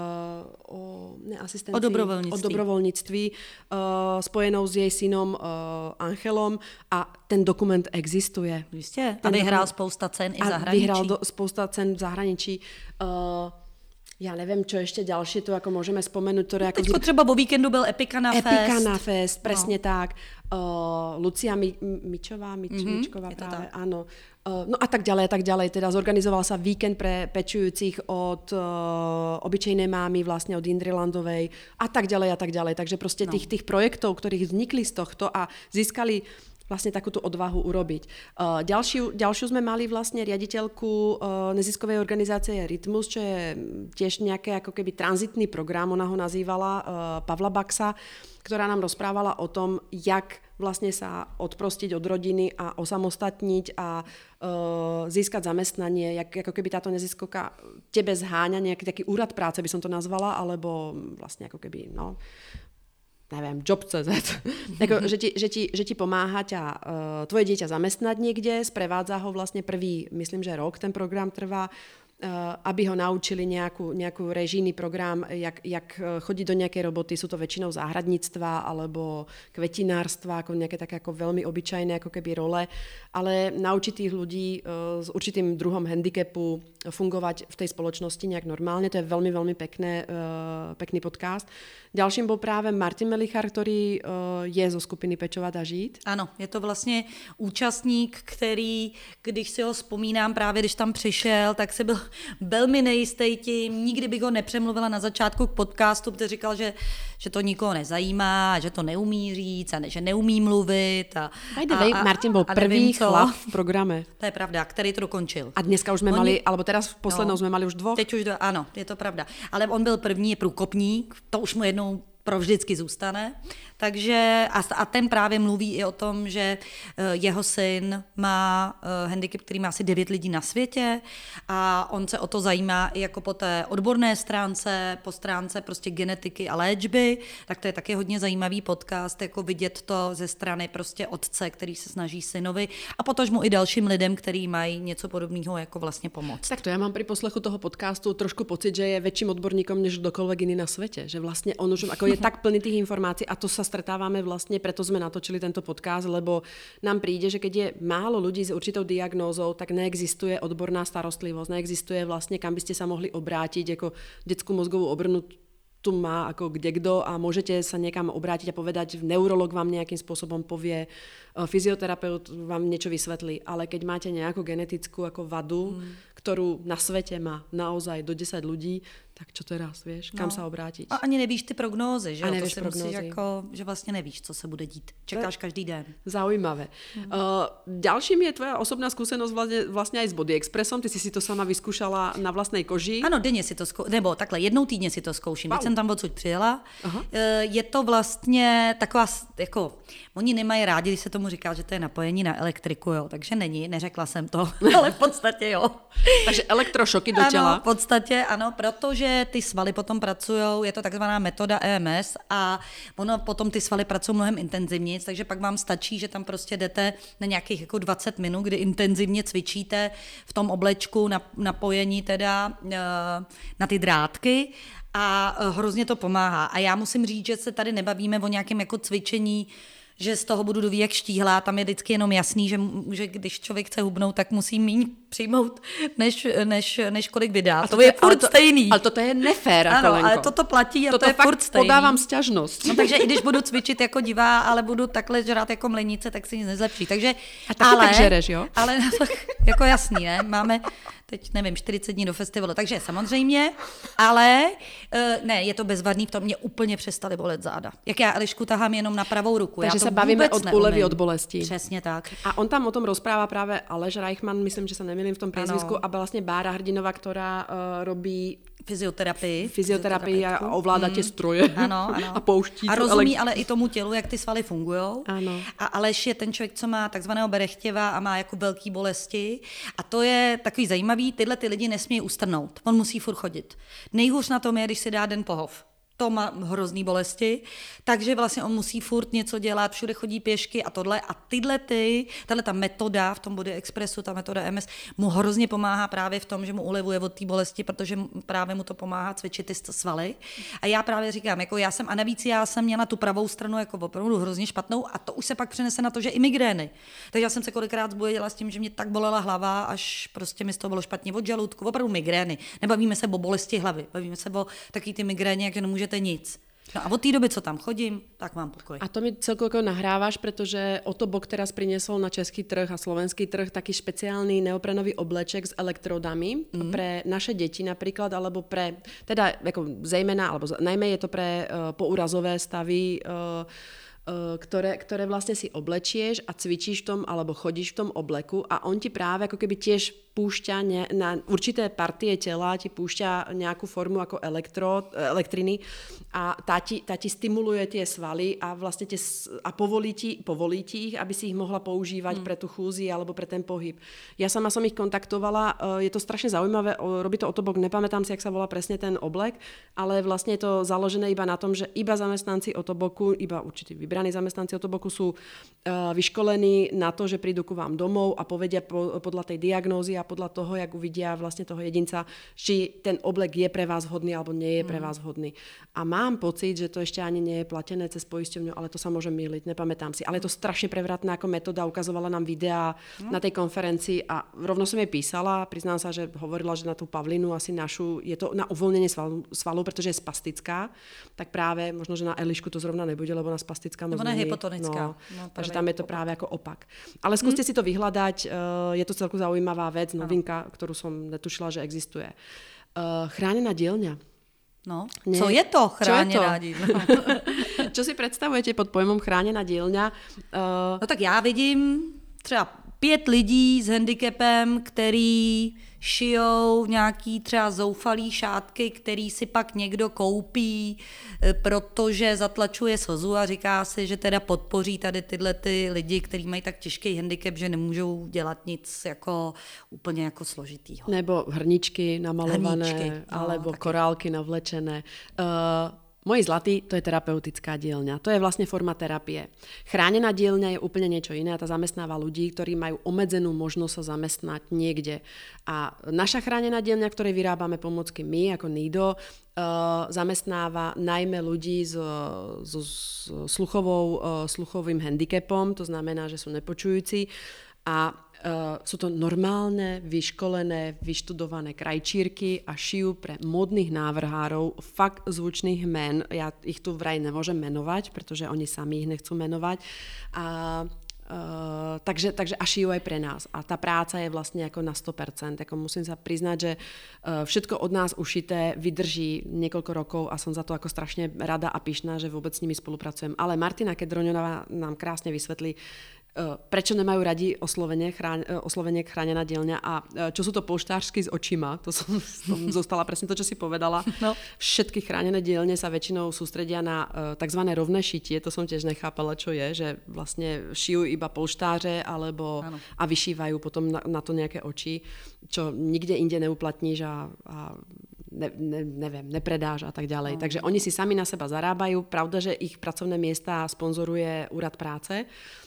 dobrovoľníctví spojenou s jej synom Angelom a ten dokument existuje. Jistě. A vyhrál spousta cen i v zahraničí. Vyhrál spousta cen v zahraničí. Ja neviem, čo ešte ďalšie tu ako môžeme spomenúť. Teďko třeba o víkendu byl Epicana Fest, presne tak. Lucia Mičková práve, áno. No a tak ďalej. Teda zorganizoval sa víkend pre pečujúcich od obyčejnej mámy, vlastne od Indry Landovej a tak ďalej. Takže proste tých projektov, ktorých vznikli z tohto a získali vlastne takúto odvahu urobiť. Ďalšiu sme mali vlastne riaditeľku neziskovej organizácie Rytmus, čo je tiež nejaké ako keby tranzitný program, ona ho nazývala, Pavla Baxa, ktorá nám rozprávala o tom, jak vlastne sa odprostiť od rodiny a osamostatniť a získať zamestnanie, ako keby táto neziskovka tebe zháňa, nejaký taký úrad práce by som to nazvala, alebo vlastne ako keby, neviem, job.cz, že ti pomáha ťa tvoje dieťa zamestnať niekde, sprevádza ho vlastne myslím, že rok ten program trvá, aby ho naučili nejakú režijný program, jak chodiť do nejakej roboty, sú to väčšinou záhradníctva alebo kvetinárstva, ako nejaké také ako veľmi obyčajné ako keby role, ale naučiť tých ľudí s určitým druhom handicapu fungovať v tej spoločnosti nejak normálne, to je veľmi, veľmi pekný podcast. Ďalším bol práve Martin Melichar, ktorý je zo skupiny Pečovat a žít. Ano, je to vlastně účastník, který, když si ho vzpomínám, právě když tam přišel, tak si byl velmi nejistý tím, nikdy bych ho nepřemluvila na začátku k podcastu, protože říkal, že to nikoho nezajímá, že to neumí říct a že neumí mluvit. Martin byl první chlap v programe. To je pravda, který to dokončil. A dneska už jsme mali, alebo teraz v poslednou jsme mali už 2. Teď už ano, je to pravda. Ale on byl první, je průkopník, to už mu jednou provždycky zůstane. Takže a ten právě mluví i o tom, že jeho syn má handicap, který má asi 9 lidí na světě a on se o to zajímá i jako po té odborné stránce, po stránce prostě genetiky a léčby, tak to je taky hodně zajímavý podcast, jako vidět to ze strany prostě otce, který se snaží synovi a potažmo i dalším lidem, kteří mají něco podobného jako vlastně pomoct. Tak to já mám pri poslechu toho podcastu trošku pocit, že je väčším odborníkom než kdokoľvek iný na svete, že vlastne on už ako je tak plný tých informácií a to sa stretávame vlastne, preto sme natočili tento podcast, lebo nám príde, že keď je málo ľudí s určitou diagnózou, tak neexistuje odborná starostlivosť, neexistuje vlastne, kam by ste sa mohli obrátiť, ako detskú mozgovú obrnu tu má ako kdekdo a môžete sa niekam obrátiť a povedať, neurolog vám nejakým spôsobom povie, fyzioterapeut vám niečo vysvetlí, ale keď máte nejakú genetickú ako vadu, ktorú na svete má naozaj do 10 ľudí, tak čo teraz, vieš, kam sa obrátiť? A ani nevíš ty prognózy, že? A nevíš to si prognózy. musíš jako, že vlastně nevíš, co se bude dít. Čekáš každý den. Zaujímavé. Ďalším je tvoja osobná skúsenosť vlastne aj s Body Expressom. Ty si to sama vyskúšala na vlastnej koži. Ano, denně si to nebo takhle, jednou týdně si to zkouším. Wow. Teď jsem tam odsud přijela. Je to vlastně taková, jako, oni nemají rádi, když se tomu říká, že to je napojení na elektriku, jo, takže není, neřekla jsem to, ale v podstatě jo. Takže elektrošoky do těla. Ano, v podstatě ano, protože ty svaly potom pracujou, je to takzvaná metoda EMS a ono potom ty svaly pracují mnohem intenzivněji, takže pak vám stačí, že tam prostě jdete na nějakých jako 20 minut, kdy intenzivně cvičíte v tom oblečku napojení teda na ty drátky a hrozně to pomáhá. A já musím říct, že se tady nebavíme o nějakém jako cvičení, že z toho budu doví jak štíhlá, tam je vždycky jenom jasný, že když člověk chce hubnout, tak musí míň přijmout, než kolik vydá. A to je furt stejný. Ale toto je nefér, ano, Lenko. ale toto platí a toto to je furt stejný. Podávám sťažnosť. No, takže i když budu cvičit jako divá, ale budu takhle žrát jako mlenice, tak si nic nezlepší. Takže, a taky tak žereš, jo? Ale jako jasný, ne? Máme teď, nevím, 40 dní do festivalu, takže samozřejmě, ale ne, je to bezvadný, v tom mě úplně přestaly bolet záda. Jak já Elišku tahám jenom na pravou ruku. Takže sa bavíme od úlevy, od bolesti. Přesně tak. A on tam o tom rozpráva práve Aleš Reichmann, myslím, že sa nemýlim v tom priezvisku, a vlastne Bára Hrdinová, ktorá robí fyzioterapii a ovládá tie stroje. Ano. A pouští. A rozumí ale i tomu tělu, jak ty svaly fungujou. Ano. A Aleš je ten člověk, co má takzvaného berechtěva a má jako velký bolesti. A to je takový zajímavý, tyhle ty lidi nesmějí ustrnout. On musí furt chodit. Nejhůř na tom je, když si dá den pohov. To má hrozný bolesti, takže vlastně on musí furt něco dělat, všude chodí pěšky a tohle. A tahle ta metoda v tom Body Expressu, ta metoda MS, mu hrozně pomáhá právě v tom, že mu ulevuje od té bolesti, protože právě mu to pomáhá cvičit ty svaly. A já právě říkám, jako já jsem měla tu pravou stranu jako opravdu hrozně špatnou a to už se pak přenese na to, že i migrény. Takže já jsem se kolikrát zbudila s tím, že mě tak bolela hlava, až prostě mi z toho bylo špatně od žaludku, opravdu migrény. Nebavíme se o bolesti hlavy, bavíme se o taky ty migrény, jak nemůžete nic. No a od té doby, co tam chodím, tak mám pokoj. A to mi celkovo nahrávaš, pretože Otobok teraz priniesol na český trh a slovenský trh taký špeciálny neoprenový obleček s elektrodami pre naše deti napríklad, alebo pre, teda ako zejména, alebo najmä je to pre pourazové stavy, ktoré vlastne si oblečieš a cvičíš v tom, alebo chodíš v tom obleku a on ti práve ako keby tiež púšťa na určité partie tela, ti púšťa nejakú formu ako elektriny a tá ti stimuluje tie svaly a vlastne povolí ti ich, aby si ich mohla používať pre tú chúzi alebo pre ten pohyb. Ja sama som ich kontaktovala, je to strašne zaujímavé, robí to Otobok, nepamätám si, jak sa volá presne ten oblek, ale vlastne je to založené iba na tom, že iba zamestnanci Otoboku, iba určitý vybraní zamestnanci Otoboku sú vyškolení na to, že prídu ku vám domov a povedia podľa tej diagnózy a podľa toho, jak uvidia vlastne toho jedinca, či ten oblek je pre vás vhodný alebo nie je pre vás vhodný. A mám pocit, že to ešte ani nie je platené cez poisťovňu, ale to sa môže mýliť, nepamätám si. Ale je to strašne prevratné ako metóda, ukazovala nám videá na tej konferencii a rovno som jej písala, priznám sa, že hovorila, že na tú Pavlinu asi našu, je to na uvoľnenie svalu, pretože je spastická, tak práve možno, že na Elišku to zrovna nebude, lebo na spastická moc ona je není. hypotonická. Takže tam je to práve ako opak. Ale skúste si to vyhľadať, je to celku zaujímavá vec. vec, novinka, ktorú som netušila, že existuje. Chránená dielňa. No, co je to chráněná dílna? Čo si představujete pod pojmem chráněná dílna? No tak já vidím třeba 5 lidí s handicapem, který šijou nějaký třeba zoufalý šátky, který si pak někdo koupí, protože zatlačuje slzu a říká si, že teda podpoří tady tyhle ty lidi, kteří mají tak těžký handicap, že nemůžou dělat nic jako úplně jako složitýho. Nebo hrničky namalované, alebo taky korálky navlečené. Moji zlatí, to je terapeutická dielňa. To je vlastne forma terapie. Chránená dielňa je úplne niečo iné a tá zamestnáva ľudí, ktorí majú obmedzenú možnosť sa zamestnať niekde. A naša chránená dielňa, ktorej vyrábame pomôcky my, ako Nido, zamestnáva najmä ľudí so sluchovým handicapom, to znamená, že sú nepočujúci a sú to normálne, vyškolené, vyštudované krajčírky a šijú pre módnych návrhárov fakt zvučných men. Ja ich tu vraj nemôžem menovať, pretože oni sami ich nechcú menovať. Takže a šijú aj pre nás. A tá práca je vlastne ako na 100%. Ako musím sa priznať, že všetko od nás ušité vydrží niekoľko rokov a som za to ako strašne rada a pyšná, že vôbec s nimi spolupracujem. Ale Martina Kedroňová nám krásne vysvetlí, prečo nemajú radi oslovenie chránená dielňa a čo sú to polštářsky s očima. To som zostala presne to, čo si povedala. No. Všetky chránené dielne sa väčšinou sústredia na takzvané rovné šitie. To som tiež nechápala, čo je, že vlastne šijú iba polštáře alebo a vyšívajú potom na to nejaké oči, čo nikde inde neuplatníš a neviem, nepredáš a tak ďalej. Takže oni si sami na seba zarábajú. Pravda, že ich pracovné miesta sponzoruje Úrad práce,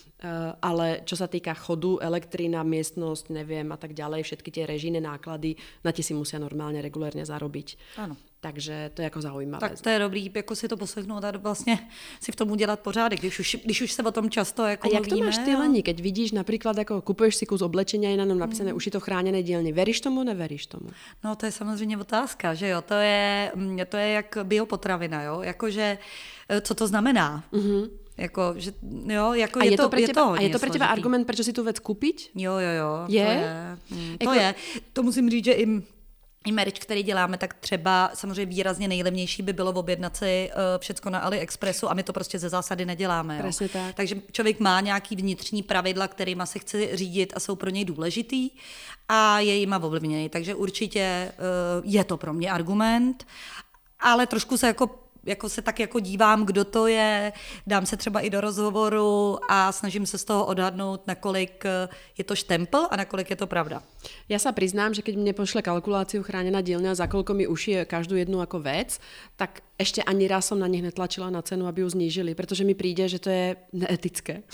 ale čo sa týka chodu, elektrina, miestnosť, neviem a tak ďalej, všetky tie režijné náklady, na tie si musia normálne regulérne zarobiť. Ano. Takže to je jako zaujímavé. Tak to je dobrý, jako si to poslechnout a vlastně si v tom udělat pořádek, když už se o tom často jako mluvíme. A jak to máš ty, Leni, keď vidíš například, jako kupuješ si kus oblečenia, je na něm napísané už je to chráněné dielně. Veríš tomu, neveríš tomu? No to je samozřejmě otázka, že jo, to je jak biopotravina, jo, jakože co to znamená? Mm-hmm. Jako, že, jo, jako je to a je to pre teba argument, prečo si tu vec kúpiť? Jo. Je? To je. To musím říct, že i merch, který děláme, tak třeba samozřejmě výrazně nejlevnější by bylo objednat si všecko na AliExpressu a my to prostě ze zásady neděláme. Presne tak. Takže člověk má nějaký vnitřní pravidla, kterýma se chce řídit a jsou pro něj důležitý a je jima ovlivněný. Takže určitě je to pro mě argument, ale trošku se jako se tak jako dívám, kdo to je, dám se třeba i do rozhovoru a snažím se z toho odhadnout, nakolik je to štempel a nakolik je to pravda. Ja sa priznám, že keď mne pošle kalkuláciu chránená dielňa, za koľko mi ušije každú jednu ako vec, tak ešte ani raz som na nich netlačila na cenu, aby ju znížili, pretože mi príde, že to je neetické.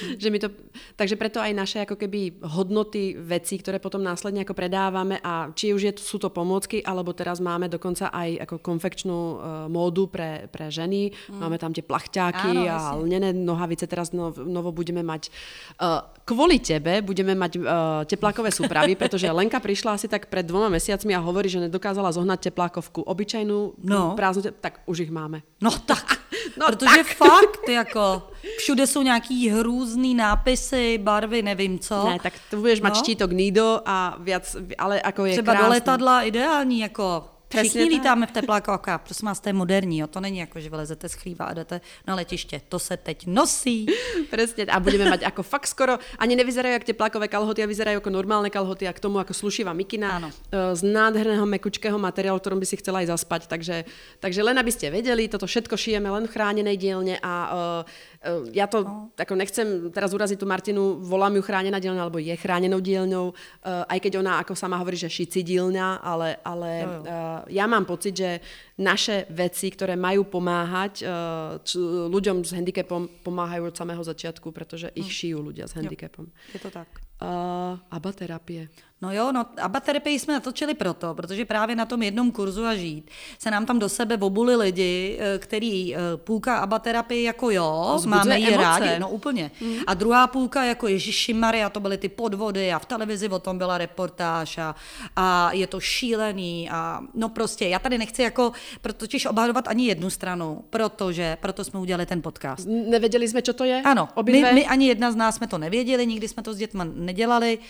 Takže preto aj naše ako keby hodnoty vecí, ktoré potom následne ako predávame a či už sú to pomôcky, alebo teraz máme dokonca aj ako konfekčnú módu pre ženy. Máme tam tie plachťáky a lnené nohavice. Teraz novo budeme mať kvôli tebe budeme mať teplákové súpravy, pretože Lenka prišla asi tak pred 2 mesiacmi a hovorí, že nedokázala zohnať teplákovku obyčajnú prázdnu, tak už ich máme. No tak, protože fakt jako všude jsou nějaký hrůzný nápisy, barvy, nevím co. Ne, tak to budeš mať štítok Nido a viac, ale jako je třeba krásný. do letadla ideální, jako všichni lítáme v teplákovkách, prosím vás, to je moderní, jo? To není jako, že vylezete z chlíva a jdete na letiště, to se teď nosí. Presne, a budeme mať ako fakt skoro, ani nevyzerajú ako teplákové kalhoty, a vyzerajú ako normálne kalhoty a k tomu ako slušivá mikina z nádherného mekučkého materiálu, ktorom by si chcela aj zaspať. Takže len aby ste vedeli, toto všetko šijeme len v chránenej dielne a ja to ako nechcem teraz uraziť tú Martinu, volám ju chránená dielňa, alebo je chránenou dielňou, aj keď ona ako sama hovorí, že šici dielňa, ale ja mám pocit, že naše veci, ktoré majú pomáhať ľuďom s handicapom, pomáhajú od samého začiatku, pretože ich šijú ľudia s handicapom. Je to tak. Abaterapie. No jo, abaterapii jsme natočili proto, protože právě na tom jednom kurzu a žít se nám tam do sebe obuli lidi, který půlka abaterapii jako jo, máme ji rádi, no úplně. A druhá půlka jako ježišimarja, to byly ty podvody a v televizi o tom byla reportáž a je to šílený a no prostě já tady nechci jako totiž obhajovat ani jednu stranu, proto jsme udělali ten podcast. Nevěděli jsme, čo to je? Ano, my ani jedna z nás jsme to nevěděli, nikdy jsme to s dětma nedělali.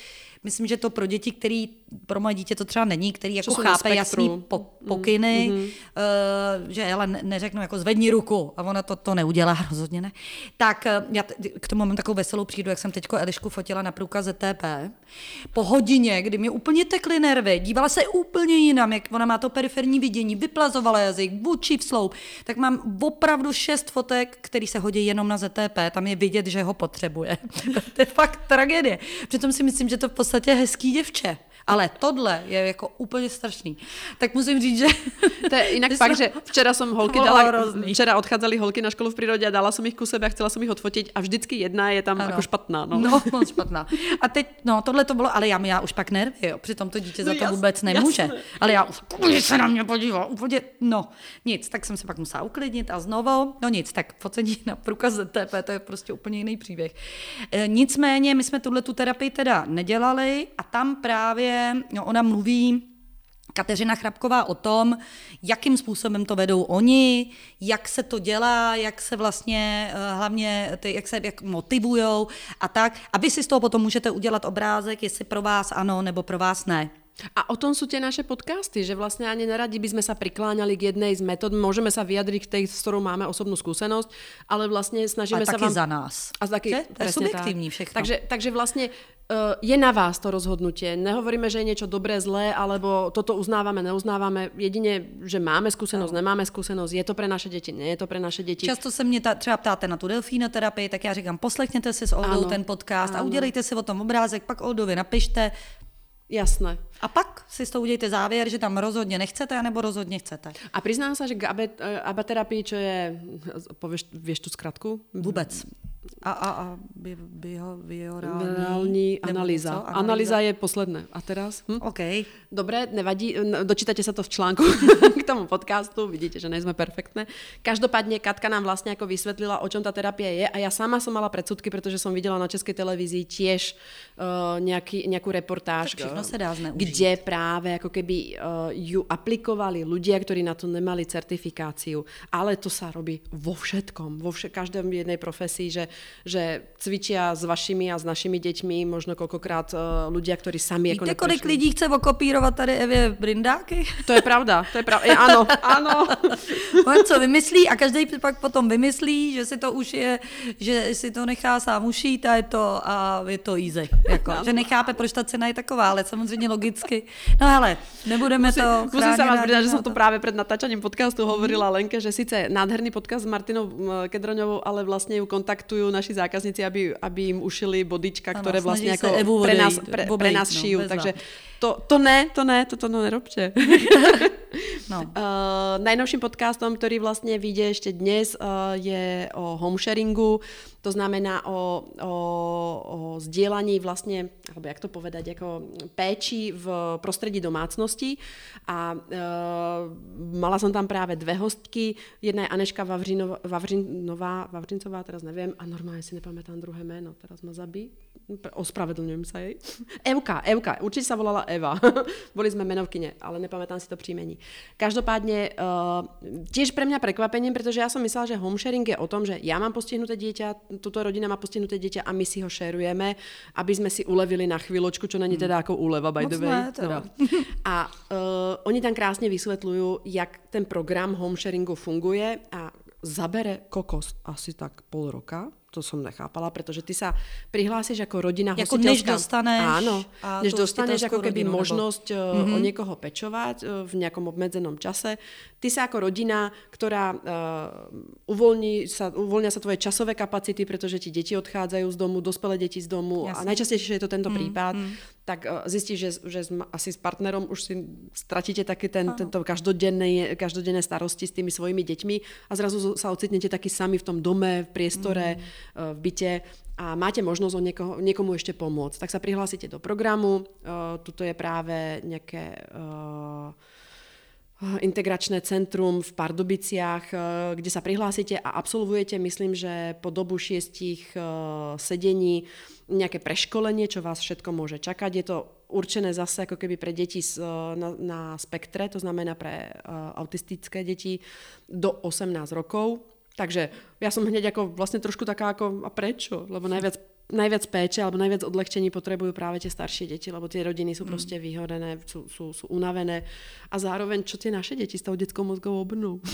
Myslím, že to pro děti, pro moje dítě to třeba není, který jako Čo sú na chápe jasný pokyny, že ale neřeknu jako zvedni ruku a ona to neudělá, rozhodně ne. Tak já k tomu mám takovou veselou příhodu, jak jsem teďko Elišku fotila na průkaz ZTP. Po hodině, kdy mi úplně tekly nervy, dívala se úplně jinam, jak ona má to periferní vidění, vyplazovala jazyk, vůči vsloup, tak mám opravdu 6 fotek, který se hodí jenom na ZTP, tam je vidět, že ho potřebuje. To je fakt tragédie. Přitom si myslím, že to v podstatě hezký děvče. Ale tohle je jako úplně strašný. Tak musím říct, že... To je inak fakt, že včera odchádzali holky na školu v prírode a dala som ich ku sebe a chcela som ich odfotiť a vždycky jedna je tam jako špatná. No, moc špatná. A teď, tohle to bylo, ale já už pak nervy, jo. Přitom to dítě za to vůbec nemůže. Jasné. Ale já už se na mě podíval, úplně, nic. Tak jsem se pak musela uklidnit a znovu, tak focení na průkaz ZTP, to je prostě úplně jiný příběh. Nicméně, my jsme tu terapii teda nedělali a tam právě ona mluví, Kateřina Chrapková, o tom, jakým způsobem to vedou oni, jak se to dělá, jak se vlastně hlavně, jak motivujou a tak. A vy si z toho potom můžete udělat obrázek, jestli pro vás ano, nebo pro vás ne. A o tom sú tie naše podcasty, že vlastne ani neradi by sme sa prikláňali k jednej z metód, môžeme sa vyjadriť k tej, s ktorou máme osobnú skúsenosť, ale vlastne snažíme sa vám... za nás. A taky, to je subjektívní všechno. Takže vlastne je na vás to rozhodnutie. Nehovoríme, že je niečo dobré, zlé, alebo toto uznávame, neuznávame. Jedine, že máme skúsenosť, nemáme skúsenosť, je to pre naše deti, nie je to pre naše deti. Často se mě třeba ptáte na tu delfínoterapii, tak já říkám, poslechněte si s Oldou ten podcast a udělejte si o tom obrázek, pak Oldovi napište. Jasné. A pak si z toho udějte závěr, že tam rozhodně nechcete, anebo rozhodně chcete. A priznám sa, že k abaterapii, čo je, vieš tú skratku? Vůbec. Behaviorální analýza. Analýza je posledné. A teraz? OK. Dobre, nevadí. Dočítate sa to v článku k tomu podcastu. Vidíte, že nejsme perfektné. Každopádne Katka nám vlastne ako vysvetlila, o čom tá terapia je. A ja sama som mala predsudky, pretože som videla na Českej televízii tiež nejakú reportáž, kde práve ako keby ju aplikovali ľudia, ktorí na to nemali certifikáciu. Ale to sa robí vo všetkom. Každém jednej profesii, že cvičia s vašimi a s našimi deťmi možno koľkokrát ľudia, ktorí sami Víte, jako kolik lidí chce okopírovat tady Evě Brindáky? To je pravda. Áno. On co vymyslí a každý pak potom vymyslí, že si to už je, že si to nechá sám ušít a je to easy. Jako, že nechápe, proč ta cena je taková, ale samozřejmě logicky. No hele, nebudeme to chránit. Musím sa vás pridať, že som to práve pred natáčaním podcastu hovorila Lenke, že síce nádherný podcast s Martinou Kedroňovou, ale vlastne ju kontaktujú naši zákazníci, aby im ušili bodička, ktoré vlastne ako pre nás šijú. Takže toto nerobte. Najnovším podcastom, ktorý vlastne vyjde ešte dnes, je o homesharingu. To znamená o zdieľaní vlastne, alebo jak to povedať, ako péči v prostredí domácnosti. A mala som tam práve 2 hostky. Jedna je Aneška Vavřincová, teraz neviem, a normálne si nepamätám druhé meno, teraz ma zabí. Ospravedlňujem sa jej. Evka, určite sa volala Eva. Boli sme menovkyne, ale nepamätám si to príjmení. Každopádne tiež pre mňa prekvapením, pretože ja som myslela, že homesharing je o tom, že ja mám postihnuté dieťa, túto rodina má postihnuté dieťa a my si ho šerujeme, aby sme si ulevili na chvíľočku, čo není teda ako úleva, by the way. Teda. A oni tam krásne vysvetľujú, jak ten program homesharingu funguje a zabere kokos asi tak pol roka. To som nechápala, pretože ty sa prihlásiš ako rodina hostiteľská. Než dostaneš. Áno, než dostaneš ako keby možnosť o niekoho pečovať v nejakom obmedzenom čase. Ty sa ako rodina, ktorá uvoľnia sa tvoje časové kapacity, pretože ti deti odchádzajú z domu, dospelé deti z domu. Jasne. A najčastejšie je to tento prípad. Tak zistíš, že asi s partnerom už si stratíte taký tento každodenné starosti s tými svojimi deťmi a zrazu sa ocitnete taký sami v tom dome, v priestore, v byte a máte možnosť niekomu ešte pomôcť. Tak sa prihlásite do programu. Tuto je práve nejaké integračné centrum v Pardubiciach, kde sa prihlásite a absolvujete, myslím, že po dobu 6 sedení nejaké preškolenie, čo vás všetko môže čakať. Je to určené zase ako keby pre deti na spektre, to znamená pre autistické deti do 18 rokov. Takže ja som hneď ako vlastne trošku taká ako, a prečo? Lebo najviac najviac péče alebo najviac odlehčení potrebujú práve tie staršie deti, lebo tie rodiny sú proste vyhorené, sú unavené a zároveň čo tie naše deti s tou detskou mozgovou obrnou.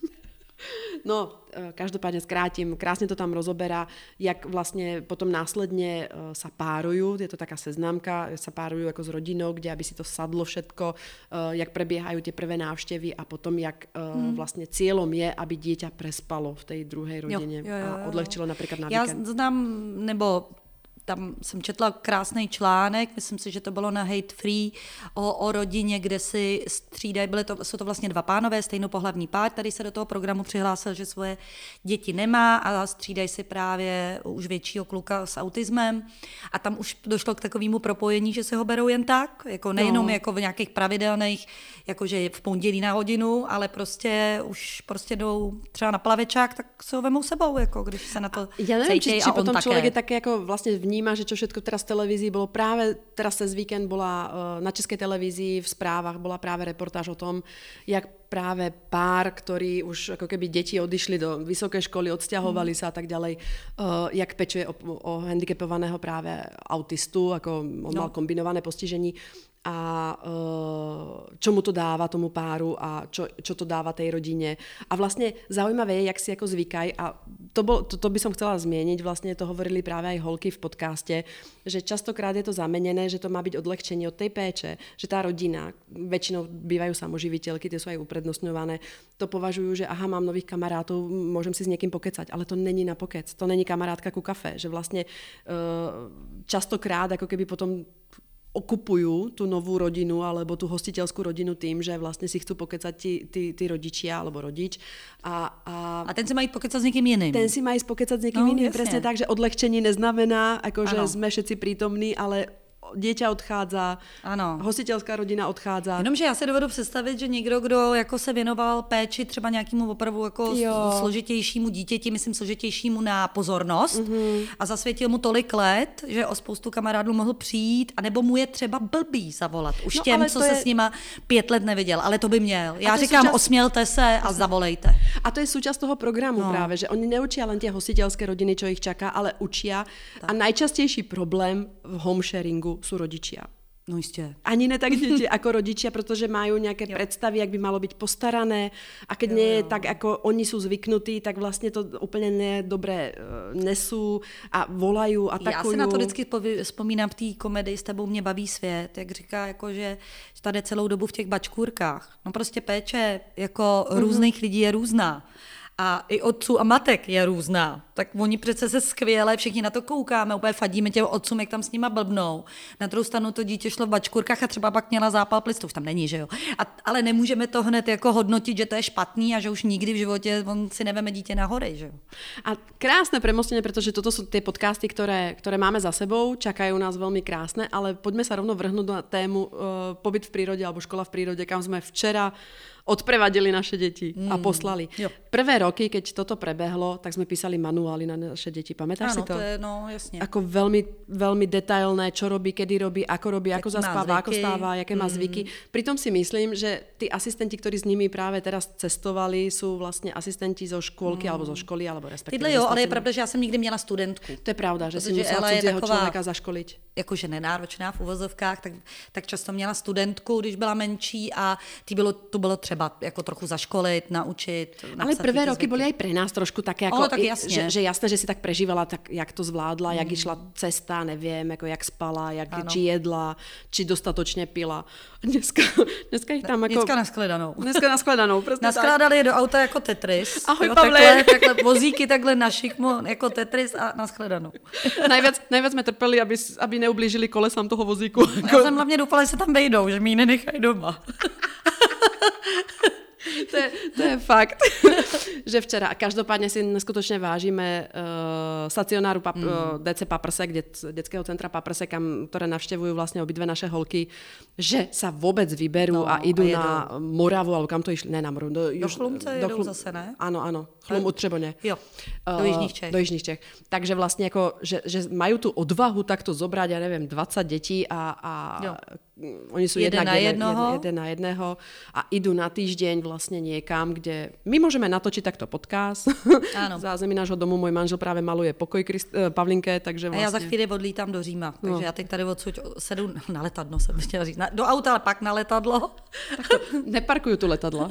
No, každopádne skrátim, krásne to tam rozoberá, jak vlastne potom následne sa párujú, je to taká seznámka, sa párujú ako s rodinou, kde aby si to sadlo všetko, jak prebiehajú tie prvé návštevy a potom jak vlastne cieľom je, aby dieťa prespalo v tej druhej rodine a odlehčilo napríklad na víkend. Já znám, nebo tam jsem četla krásný článek, myslím si, že to bylo na Hate Free, o rodině, kde si střídají, jsou to vlastně dva pánové, stejnopohlavní pár, který se do toho programu přihlásil, že svoje děti nemá a střídají si právě už většího kluka s autismem a tam už došlo k takovému propojení, že se ho berou jen tak, jako nejenom jako v nějakých pravidelných, jakože v pondělí na hodinu, ale už jdou třeba na plavečák, tak se ho vemou sebou, jako když se na to cítí a on potom také. Človek je také ako vlastne vníma, že čo všetko teraz v televízii bolo práve, teraz cez víkend bola na Českej televízii v správach bola práve reportáž o tom, jak práve pár, ktorí už ako keby deti odišli do vysokej školy, odsťahovali sa a tak ďalej, jak pečuje o handicapovaného práve autistu, ako on mal kombinované postižení a čo mu to dáva tomu páru a čo to dáva tej rodine. A vlastne zaujímavé je, jak si ako zvykajú a to by som chcela zmieniť, vlastne to hovorili práve aj holky v podcaste, že častokrát je to zamenené, že to má byť odľahčenie od tej péče, že tá rodina, väčšinou bývajú samoživiteľky, tie sú aj uprednostňované, to považujú, že aha, mám nových kamarátov, môžem si s niekým pokecať, ale to není na pokec, to není kamarátka ku kafe, že vlastne častokrát ako keby potom okupujú tú novú rodinu alebo tú hostiteľskú rodinu tým, že vlastne si chcú pokecať tí rodičia alebo rodič. A ten si má ísť pokecať s niekým iným. Ten si má ísť pokecať s niekým iným. Jasne. Presne tak, že odľahčenie neznamená, ako že sme všetci prítomní, ale dieťa odchádza, hostitelská rodina odchádza. Jenomže já si dovedu představit, že někdo, kdo jako se věnoval péči třeba nějakému opravdu jako složitějšímu dítěti, myslím složitějšímu na pozornost a zasvětil mu tolik let, že o spoustu kamarádů mohl přijít, anebo mu je třeba blbý zavolat. Už těm, co se s nima 5 let neviděl, ale to by měl. Já říkám, osmělte se a zavolejte. A to je súčasť toho programu práve, že oni neučia len tie hostiteľské rodiny, čo ich čaká, ale učia. Tak. A najčastejší problém v homesharingu sú rodičia. No jistě. Ani ne tak deti ako rodičia, protože majú nejaké predstavy, jak by malo byť postarané a keď nie je tak, ako oni sú zvyknutí, tak vlastne to úplne nedobre nesú a volajú, atakujú. Já si na to vždycky vzpomínám v té komedii S tebou mě baví svět, jak říká, jako, že tady celou dobu v těch bačkůrkách. No prostě péče jako různých lidí je různá. A i otců a matek je různá. Tak oni přece se skvěle, všichni na to koukáme, úplně fadíme těm otcům, jak tam s nima blbnou. Na druhou stranu to dítě šlo v bačkurkách a třeba pak měla zápal plic, to už tam není, že jo. Ale nemůžeme to hned jako hodnotit, že to je špatný a že už nikdy v životě on si neveme dítě na hory, že jo. A krásne premostenie, pretože toto sú tie podcasty, ktoré máme za sebou, čakajú nás veľmi krásne, ale poďme sa rovno vrhnúť na tému pobyt v prírode alebo škola v prírode, kam sme včera odprevadili naše deti a poslali. Jo. Prvé roky, keď toto prebehlo, tak sme písali manuály na naše deti. Pamätáš si to? Áno, to je, no jasne. Ako veľmi, veľmi detailné, čo robí, kedy robí, ako zaspáva, ako stáva, jaké má zvyky. Pritom si myslím, že tí asistenti, ktorí s nimi práve teraz cestovali, sú vlastne asistenti zo škôlky alebo zo školy, alebo respektíve. Tyhle jo, ale je pravda, že já jsem nikdy měla studentku. To je pravda, že si musela cudzieho človeka zaškoliť. Jakože nenáročná v uvozovkách, tak často měla studentku, když byla menší a to bylo třeba jako trochu zaškolit, naučit. Ale prvé roky boli aj pre nás trošku také, ako, tak jasne. Že jasné, že si tak prežívala, tak jak to zvládla, jak išla cesta, neviem, ako jak spala, či jedla, či dostatočne pila. Dneska ich tam ako... Dneska naskledanou. Dneska naskledanou, presne Naskládali je do auta jako Tetris. Ahoj, Pavle. Takhle vozíky takhle na šikmo, jako Tetris a naskledanou. Najviac sme trpeli, aby neublížili kolesám toho vozíku. Já jsem hlavně doufala, že se tam vejdou, že mi ji nenechají doma. To je fakt, že včera. A každopádne si neskutočne vážime stacionáru DC Paprsek, detského centra Paprsek, ktoré navštevujú vlastne obidve naše holky, že sa vôbec vyberú a idú na Moravu, alebo kam to išli? Ne, na Moravu. Do Chlumce jedou zase, ne? Áno. Chlum od Třebone. Jo, do Jižních Čech. Do Jižních Čech. Takže vlastne ako, že majú tú odvahu takto zobrať, ja neviem, 20 detí a oni sú jeden na jedného a idú na týždeň vlastne niekam, kde my môžeme natočiť takto podcast. Áno. Zázemí nášho domu môj manžel práve maluje pokoj Pavlinke, takže vlastne... A já za chvíli odlítám do Říma, takže já teď tady odsud sedu na letadlo, jsem chtěla říct, do auta, ale pak na letadlo. Tak to, neparkujú tu letadla.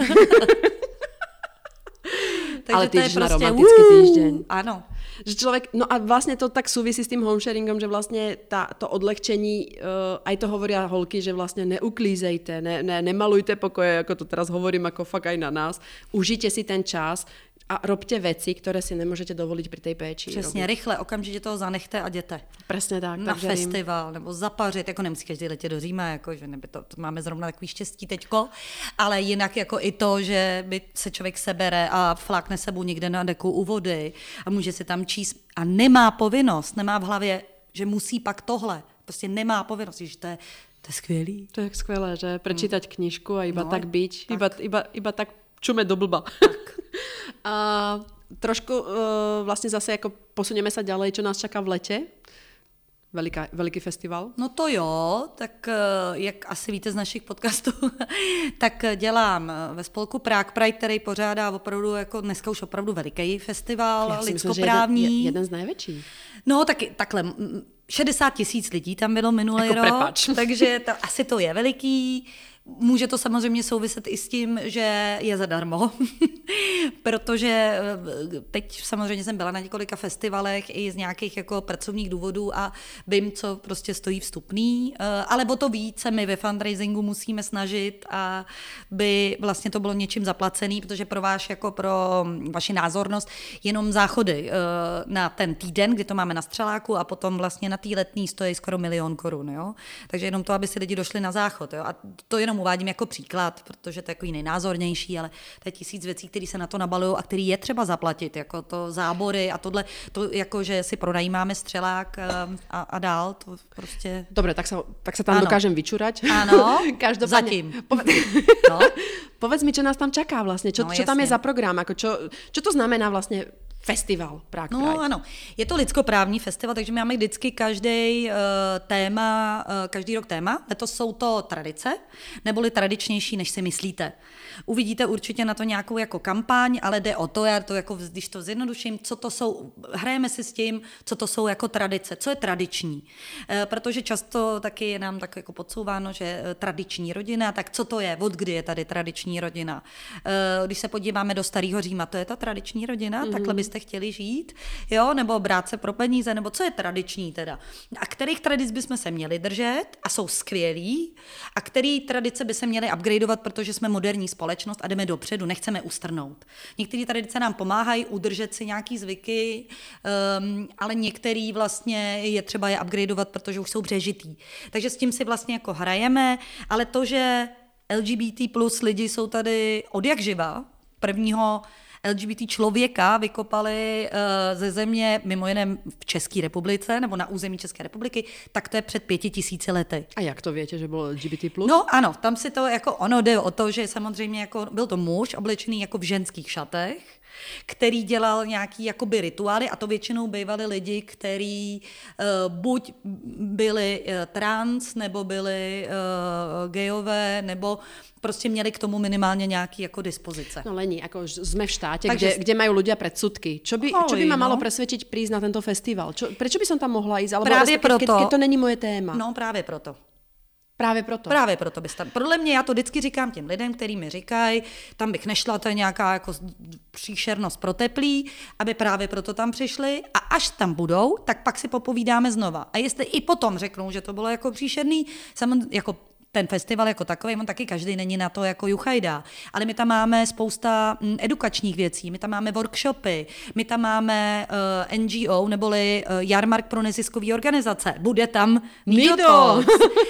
Takže ale ty to je na prostě romantický týždeň. Ano. Že človek, no a vlastne to tak súvisí s tým homesharingom, že vlastne to odlehčení, aj to hovoria holky, že vlastne neuklízejte, nemalujte pokoje, ako to teraz hovorím, ako fakt aj na nás. Užite si ten čas a robte veci, ktoré si nemôžete dovoliť pri tej péči. Přesně, rychle, okamžitě toho zanechte a jděte. Presne tak. Na festival, nebo zapařit, jako nemusí každý letět do Říma, jako, že to máme zrovna takový štěstí teďko, ale jinak jako i to, že by se člověk sebere a flákne sebou někde na deku u vody a může si tam číst a nemá povinnost, nemá v hlavě, že musí pak tohle, prostě nemá povinnost, že to je skvělý. To je skvělé, že prečítať knižku a iba tak byť, tak. Iba tak čume do blba. A trošku vlastne zase ako posunieme sa ďalej, čo nás čaká v lete. Veliký festival. No to jo, tak jak asi víte z našich podcastů, tak dělám ve spolku Prague Pride, který pořádá opravdu jako dneska už opravdu veliký festival lidskoprávní. Myslím, že jeden z největších. No tak, takhle, 60 000 lidí tam bylo minulý jako rok, prepač. Takže asi to je veliký. Může to samozřejmě souviset i s tím, že je zadarmo, protože teď samozřejmě jsem byla na několika festivalech i z nějakých jako pracovních důvodů a vím, co prostě stojí vstupný, ale o to více my ve fundraisingu musíme snažit, aby vlastně to bylo něčím zaplacený, protože pro vaši názornost jenom záchody na ten týden, kdy to máme na Střeláku a potom vlastně na té letní stojí skoro 1 000 000 korun, jo? Takže jenom to, aby si lidi došli na záchod, jo? A to jenom uvádím jako příklad, protože to je jako nejnázornější, ale to je 1000 věcí, které se na to nabalují a které je třeba zaplatit, jako to zábory a tohle, to jako, že si pronajímáme Střelák a dál, to prostě... Dobre, tak sa tam dokážem vyčúrať. Áno, každopádne. zatím. No. Povedz mi, čo nás tam čaká vlastne, čo tam je za program, ako čo to znamená vlastne festival Prague Pride? No ano, je to lidskoprávní festival, takže máme vždycky každý rok téma. Letos jsou to tradice, neboli tradičnější, než si myslíte. Uvidíte určitě na to nějakou jako kampaň, ale jde o to, já to jako, když to zjednoduším, co to jsou, hrajeme si s tím, co to jsou jako tradice, co je tradiční. Protože často taky je nám tak jako podsouváno, že tradiční rodina, tak co to je, od kdy je tady tradiční rodina. Když se podíváme do Starého Říma, to je ta tradiční rodina, takhle byste chtěli žít, jo, nebo brát se pro peníze, nebo co je tradiční teda. A kterých tradic bychom se měli držet a jsou skvělí a který tradice by se měly upgradeovat, protože jsme moderní společnost a jdeme dopředu, nechceme ustrnout. Některé tradice nám pomáhají udržet si nějaký zvyky, ale některý vlastně je třeba je upgradeovat, protože už jsou přežitý. Takže s tím si vlastně jako hrajeme, ale to, že LGBT plus lidi jsou tady od jak živa, prvního LGBT člověka vykopali ze země, mimo jiné v České republice, nebo na území České republiky, tak to je před 5000 lety. A jak to víte, že bylo LGBT+? No ano, tam si to jako ono jde o to, že samozřejmě jako byl to muž oblečený jako v ženských šatech, který dělal nějaký jakoby rituály a to většinou bývali lidi, kteří buď byli trans, nebo byli gejové, nebo prostě měli k tomu minimálně nějaký jako dispozice. No Leni, ako sme v štáte, kde majú ľudia predsudky. Čo by ma malo presvedčiť prísť na tento festival? Prečo by som tam mohla ísť? Alebo právě proto. Keď to není moje téma. No právě proto. Právě proto. Právě proto bys tam. Podle mě, já to vždycky říkám těm lidem, kteří mi říkají, tam bych nešla, to je nějaká jako příšernost pro teplý, aby právě proto tam přišli a až tam budou, tak pak si popovídáme znova. A jestli i potom řeknou, že to bylo jako příšerný, jako ten festival jako takový, on taky každý není na to jako juchajda, ale my tam máme spousta edukačních věcí, my tam máme workshopy, my tam máme NGO, neboli jarmark pro neziskové organizace, bude tam Mido,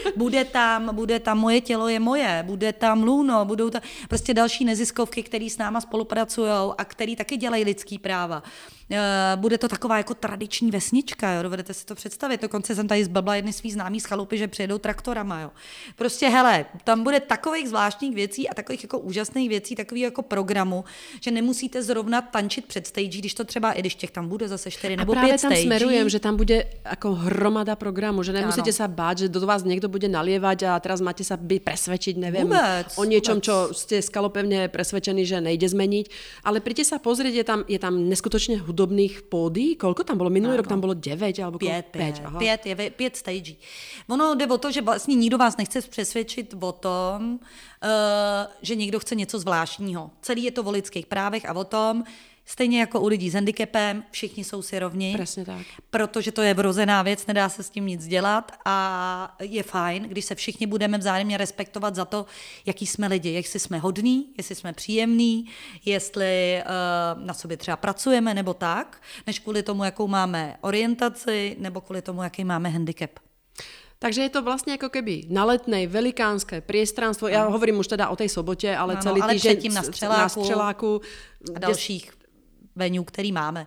bude tam Moje tělo je moje, bude tam Luno, budou tam prostě další neziskovky, které s náma spolupracují a který taky dělají lidský práva. bude to taková jako tradiční vesnička, jo, dovedete si to představit. Dokonce jsem tady zblbla jedny svý známý z chalupy, že přijedou traktorama, jo. Prostě hele, tam bude takových zvláštních věcí a takových jako úžasných věcí, takový jako programu, že nemusíte zrovna tančit před stage, když to třeba, i když těch tam bude zase 4 nebo 5 stage. A práve tam smerujem, že tam bude ako hromada programu, že nemusíte sa báť, že do vás niekto bude nalievať a teraz máte sa presvedčiť, neviem, o niečom, čo ste skalopevne presvedčení, že nejde zmeniť. Ale príďte sa pozrieť, je tam neskutočne hudobných pódy. Koľko tam bolo? Minulý rok tam bolo 9 alebo 5. 5 stagí. Ono jde o to, že vlastně nikdo vás nechce přesvědčit o tom, že někdo chce něco zvláštního. Celý je to o lidských právech a o tom, stejně jako u lidí s handicapem, všichni jsou si rovni. Presne tak. Protože to je vrozená věc, nedá se s tím nic dělat a je fajn, když se všichni budeme vzájemně respektovat za to, jaký jsme lidi, jestli jsme hodní, jestli jsme příjemní, jestli na sobě třeba pracujeme nebo tak, než kvůli tomu, jakou máme orientaci nebo kvůli tomu, jaký máme handicap. Takže je to vlastne ako keby na letnej velikánske priestranstvo. Ja hovorím už teda o tej sobote, ale celý ale týždeň na Střeláku a dalších venue, který máme.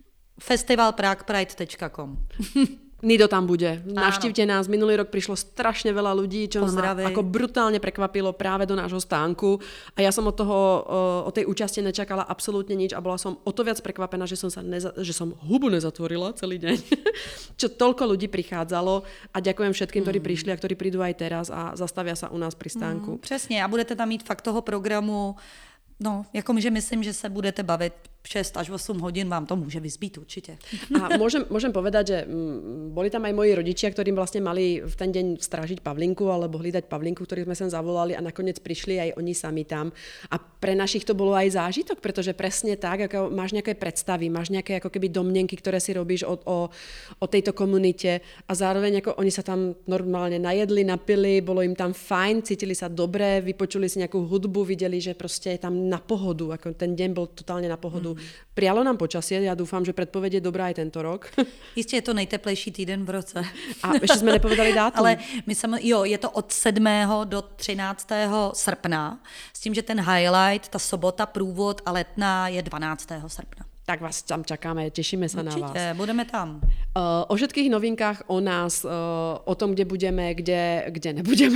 festivalpraguepride.com Nido tam bude. Navštívte nás. Minulý rok prišlo strašne veľa ľudí, čo ma ako brutálne prekvapilo práve do nášho stánku. A ja som od tej účasti nečakala absolútne nič a bola som o to viac prekvapená, že som hubu nezatvorila celý deň. Čo toľko ľudí prichádzalo a ďakujem všetkým, ktorí prišli a ktorí prídu aj teraz a zastavia sa u nás pri stánku. Přesně. A budete tam mít fakt toho programu. No, jakože myslím, že se budete bavit 6 až 8 hodín, vám to môže vyzbít určite. A môžem povedať, že boli tam aj moji rodičia, ktorí vlastne mali v ten deň strážiť Pavlinku alebo hlídať Pavlinku, ktorých sme sem zavolali a nakoniec prišli aj oni sami tam. A pre našich to bolo aj zážitok, pretože presne tak, ako máš nejaké predstavy, máš nejaké ako keby domnenky, ktoré si robíš o tejto komunite a zároveň ako oni sa tam normálne najedli, napili, bolo im tam fajn, cítili sa dobre, vypočuli si nejakú hudbu, videli, že proste je tam na pohodu, ako ten deň bol totálne na pohodu. Prialo nám počasie, ja dúfam, že predpoveď je dobrá aj tento rok. Jistě je to nejteplejší týden v roce. A ještě jsme nepovedali dátum. Ale je to od 7. do 13. srpna, s tím, že ten highlight, ta sobota, průvod a Letná je 12. srpna. Tak vás tam čakáme, tešíme sa na vás. Budeme tam. O všetkých novinkách o nás, o tom, kde budeme, kde nebudeme,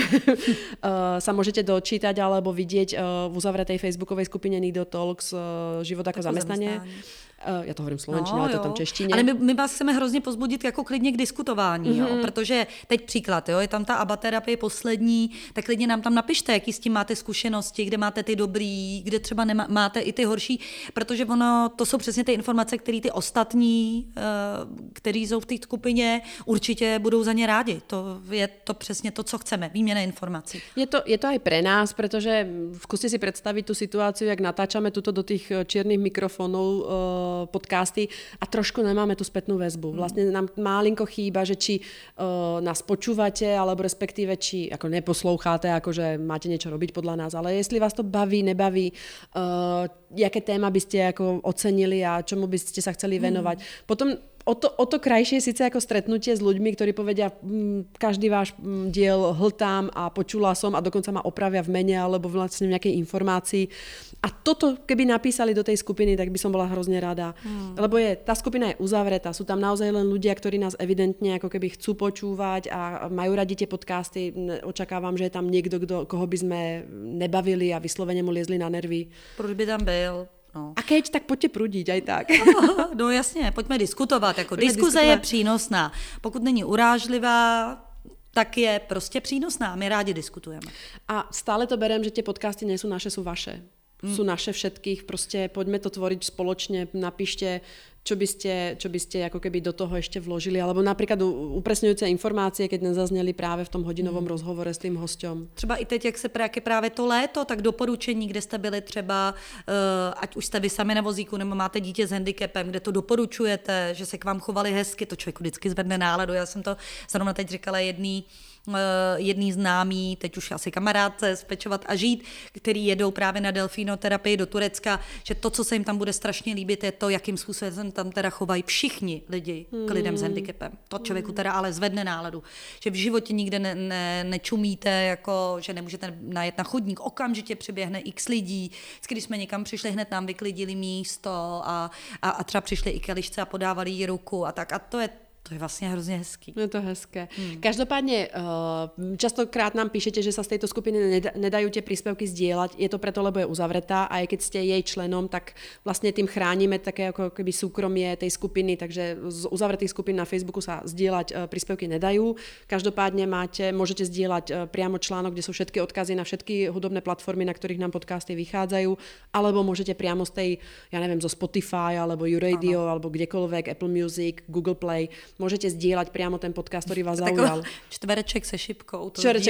sa môžete dočítať alebo vidieť v uzavretej facebookovej skupine Nido Talks život ako zamestnanie. Já to hovorím slovenčině, ale to tam češtině. Ale my vás chceme hrozně pozbudit jako klidně k diskutování, jo? Protože teď příklad, jo? Je tam ta abaterapie poslední, tak klidně nám tam napište, jaký s tím máte zkušenosti, kde máte ty dobrý, kde třeba máte i ty horší, protože to jsou přesně ty informace, které ty ostatní, kteří jsou v té skupině, určitě budou za ně rádi. To je to přesně to, co chceme, výměna informací. Je to aj pre nás, pretože skúste si predstaviť tú situáciu, jak natáčame tuto do tých čiernych mikrofónov podcasty a trošku nemáme tú spätnú väzbu. Vlastne nám málinko chýba, že či nás počúvate, alebo respektíve či ako neposloucháte, akože máte niečo robiť podľa nás, ale jestli vás to baví, nebaví, jaké téma by ste ako ocenili a čomu by ste sa chceli venovať. Potom o to krajšie síce ako stretnutie s ľuďmi, ktorí povedia, každý váš diel hltám a počula som a dokonca ma opravia v mene alebo vlastne v nejakej informácii. A toto, keby napísali do tej skupiny, tak by som bola hrozne rada. Lebo tá skupina je uzavretá, sú tam naozaj len ľudia, ktorí nás evidentne ako keby chcú počúvať a majú radi tie podcasty. Očakávam, že je tam niekto, koho by sme nebavili a vyslovene mu liezli na nervy. Proč by tam byl? No. A keď, tak poďte prúdiť aj tak. No jasně, pojďme diskutovat. Diskuze je přínosná. Pokud není urážlivá, tak je prostě přínosná. My rádi diskutujeme. A stále to berem, že tie podcasty nie sú naše, sú vaše. Sú naše všetkých. Proste poďme to tvoriť spoločne. Napíšte, čo by ste ako keby do toho ešte vložili. Alebo napríklad upresňujúce informácie, keď nezazneli práve v tom hodinovom rozhovore s tým hosťom. Třeba i teď, jak je právě to léto, tak doporučení, kde jste byli třeba, ať už jste vy sami na vozíku, nebo máte dítě s handicapem, kde to doporučujete, že se k vám chovali hezky, to člověku vždycky zvedne náladu. Já jsem to zrovna teď říkala jedný jedný známý, teď už asi kamarádce, Pečovat a žít, který jedou právě na delfínoterapii do Turecka, že to, co se jim tam bude strašně líbit, je to, jakým způsobem tam teda chovají všichni lidi k lidem s handicapem. To člověku teda ale zvedne náladu, že v životě nikde nečumíte, jako, že nemůžete najet na chodník, okamžitě přiběhne x lidí, když jsme někam přišli, hned nám vyklidili místo a třeba přišli i kelišce a podávali jí ruku a tak. A to je vlastně hrozně hezký. Je to hezké. Každopádne, častokrát nám píšete, že sa z tejto skupiny nedajú tie príspevky zdieľať. Je to preto, lebo je uzavretá a aj keď ste jej členom, tak vlastne tým chránime také ako keby súkromie tej skupiny, takže z uzavretých skupín na Facebooku sa zdieľať príspevky nedajú. Každopádne môžete zdieľať priamo článok, kde sú všetky odkazy na všetky hudobné platformy, na ktorých nám podcasty vychádzajú, alebo môžete priamo z tej, ja neviem, zo Spotify alebo YouRadio alebo kdekoľvek, Apple Music, Google Play. Môžete zdieľať priamo ten podcast, ktorý vás zaujal. Čtvereček se šipkou.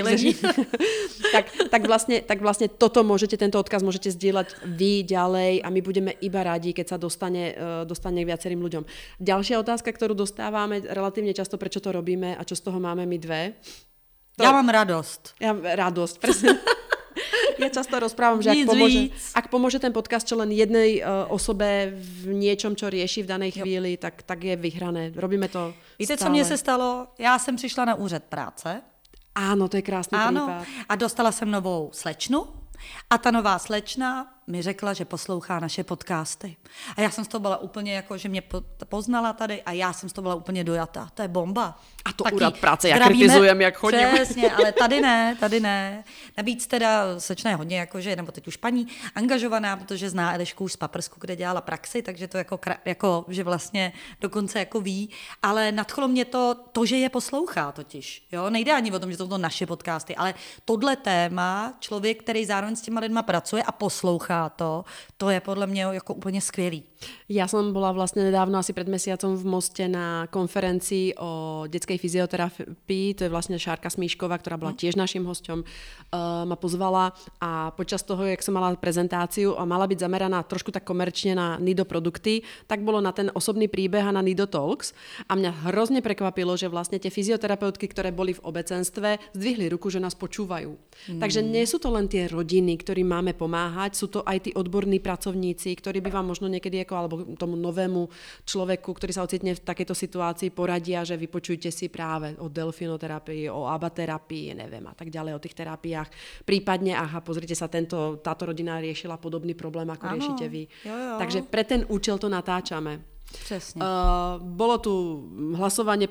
Tak vlastne toto tento odkaz môžete zdieľať vy ďalej a my budeme iba radi, keď sa dostane k viacerým ľuďom. Ďalšia otázka, ktorú dostávame relatívne často, prečo to robíme a čo z toho máme my dve. Ja mám radosť. Radosť, presne. Ja často rozprávam, že ak pomôže ten podcast čo len jednej osobe v niečom, čo rieši v danej chvíli, tak je vyhrané. Robíme to Víte, stále. co mně se stalo? Já jsem přišla na úřad práce. Áno, to je krásný prípad. A dostala jsem novou slečnu a ta nová slečna mi řekla, že poslouchá naše podcasty. A já jsem z toho byla úplně jako, že mě poznala tady a já jsem z toho byla úplně dojatá. To je bomba. A to úřad práce, já kritizujem, jak chodím. Přesně, ale tady ne. Navíc teda slečna je hodně jakože, nebo teď už paní, angažovaná, protože zná Elišku už z Paprsku, kde dělala praxi, takže to jako že vlastně dokonce jako ví, ale nadchlo mě to, že je poslouchá totiž. Jo? Nejde ani o tom, že to jsou naše podcasty, ale tohle téma, člověk, který zároveň s těma lidma pracuje a poslouchá to je podle mě jako úplně skvělý. Ja som bola vlastne nedávno, asi pred mesiacom v Moste na konferencii o detskej fyzioterapii, to je vlastne Šárka Smíšková, ktorá bola tiež našim hosťom, ma pozvala a počas toho, jak som mala prezentáciu a mala byť zameraná trošku tak komerčne na Nido produkty, tak bolo na ten osobný príbeh a na Nido Talks a mňa hrozne prekvapilo, že vlastne tie fyzioterapeutky, ktoré boli v obecenstve, zdvihli ruku, že nás počúvajú. Takže nie sú to len tie rodiny, ktorým máme pomáhať, sú to aj tí odborní pracovníci, ktorí by vám možno niekedy alebo tomu novému človeku, ktorý sa ocitne v takejto situácii, poradia, že vypočujte si práve o delfinoterapii, o abaterapii, neviem a tak ďalej, o tých terapiách. Prípadne, pozrite sa, táto rodina riešila podobný problém, ako riešite vy. Jo. Takže pre ten účel to natáčame. Přesně. Bolo tu hlasovanie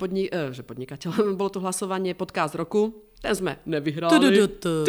bolo tu hlasovanie podcast roku. Ten sme nevyhrali.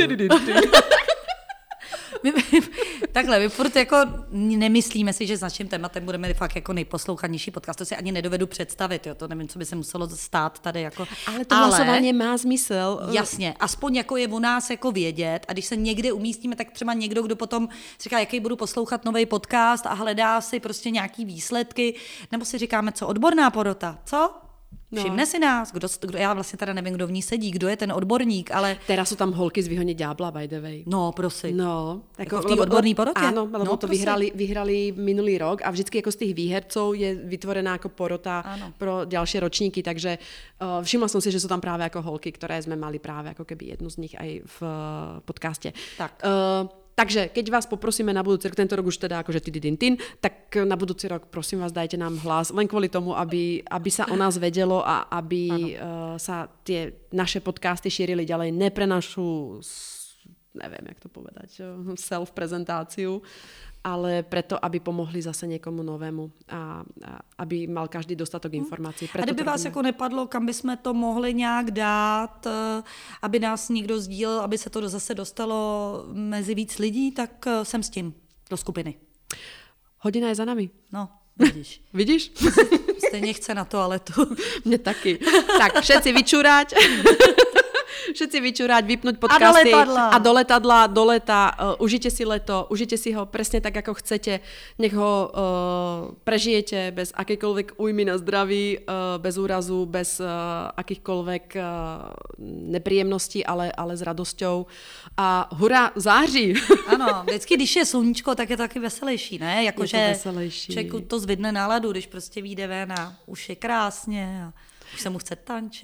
Takhle, my furt jako nemyslíme si, že s naším tématem budeme fakt jako nejposlouchanější podcast, to si ani nedovedu představit, jo, to nevím, co by se muselo stát tady jako. Ale to hlasování má smysl. Jasně, aspoň jako je o nás jako vědět a když se někde umístíme, tak třeba někdo, kdo potom říká, jaký budu poslouchat nový podcast a hledá si prostě nějaký výsledky, nebo si říkáme, co odborná porota, co? Všimne si nás, kdo, já vlastně teda nevím, kdo v ní sedí, kdo je ten odborník, ale... Teraz sú tam holky z Vyhone ďábla, by the way. No, prosím. No. Jako v té odborné porotě? Áno, lebo to vyhrali minulý rok a vždycky jako z tých výhercov je vytvorená ako porota pro ďalšie ročníky, takže všimla som si, že sú tam práve ako holky, ktoré sme mali práve ako keby jednu z nich aj v podcaste. Tak. Takže keď vás poprosíme na budúci rok, tento rok už teda akože tin, tak na budúci rok prosím vás dajte nám hlas, len kvôli tomu, aby sa o nás vedelo a aby sa tie naše podcasty šírili ďalej, ne pre našu, neviem jak to povedať, self-prezentáciu, ale preto, aby pomohli zase někomu novému a aby mal každý dostatok informací. A kdyby vás jako nepadlo, kam bychom to mohli nějak dát, aby nás někdo sdílel, aby se to zase dostalo mezi víc lidí, tak jsem s tím do skupiny. Hodina je za nami. No, vidíš. Vidíš? Stejně chce na toaletu. Mne taky. Tak, všetci vyčúrať. Všetci vyčúrať, vypnúť podcasty a do letadla, do leta, užite si leto, užite si ho presne tak, ako chcete, nech ho prežijete bez akýkoľvek újmy na zdraví, bez úrazu, bez akýchkoľvek nepríjemností, ale s radosťou. A hurá, září! Ano, vždycky, když je sluníčko, tak je to taky veselější, ne? Jakože člověku to zvedne náladu, když prostě vyjde ven a už je krásně a už se mu chce tančit.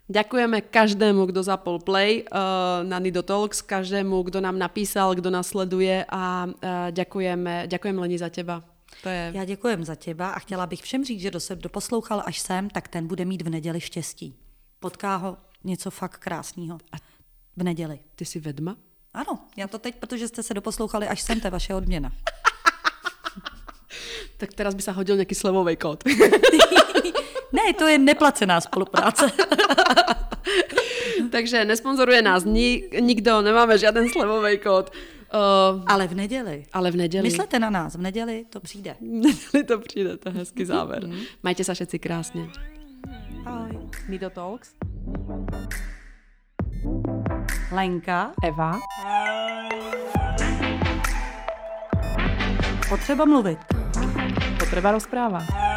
Ďakujeme každému, kdo zapol play na Nido Talks, každému, kdo nám napísal, kdo nás sleduje a ďakujem Leni za teba. To je... Já děkujem za těba a chtěla bych všem říct, že kdo se doposlouchal až sem, tak ten bude mít v neděli štěstí. Potká ho něco fakt krásného. A v neděli. Ty jsi vedma? Ano, já to teď, protože jste se doposlouchali až sem, to je vaše odměna. Tak teraz by sa hodil nejaký slevový kód. Ne, to je neplacená spolupráce. Takže nesponzoruje nás nikdo, nemáme žiaden slevový kód. Ale v neděli. Ale v neděli. Myslete na nás, v neděli to přijde. V neděli to přijde, to je hezký záver. Majte sa všetci krásne. Ahoj. Nido Talks. Lenka. Eva. Potřeba mluvit. Potreba rozpráva.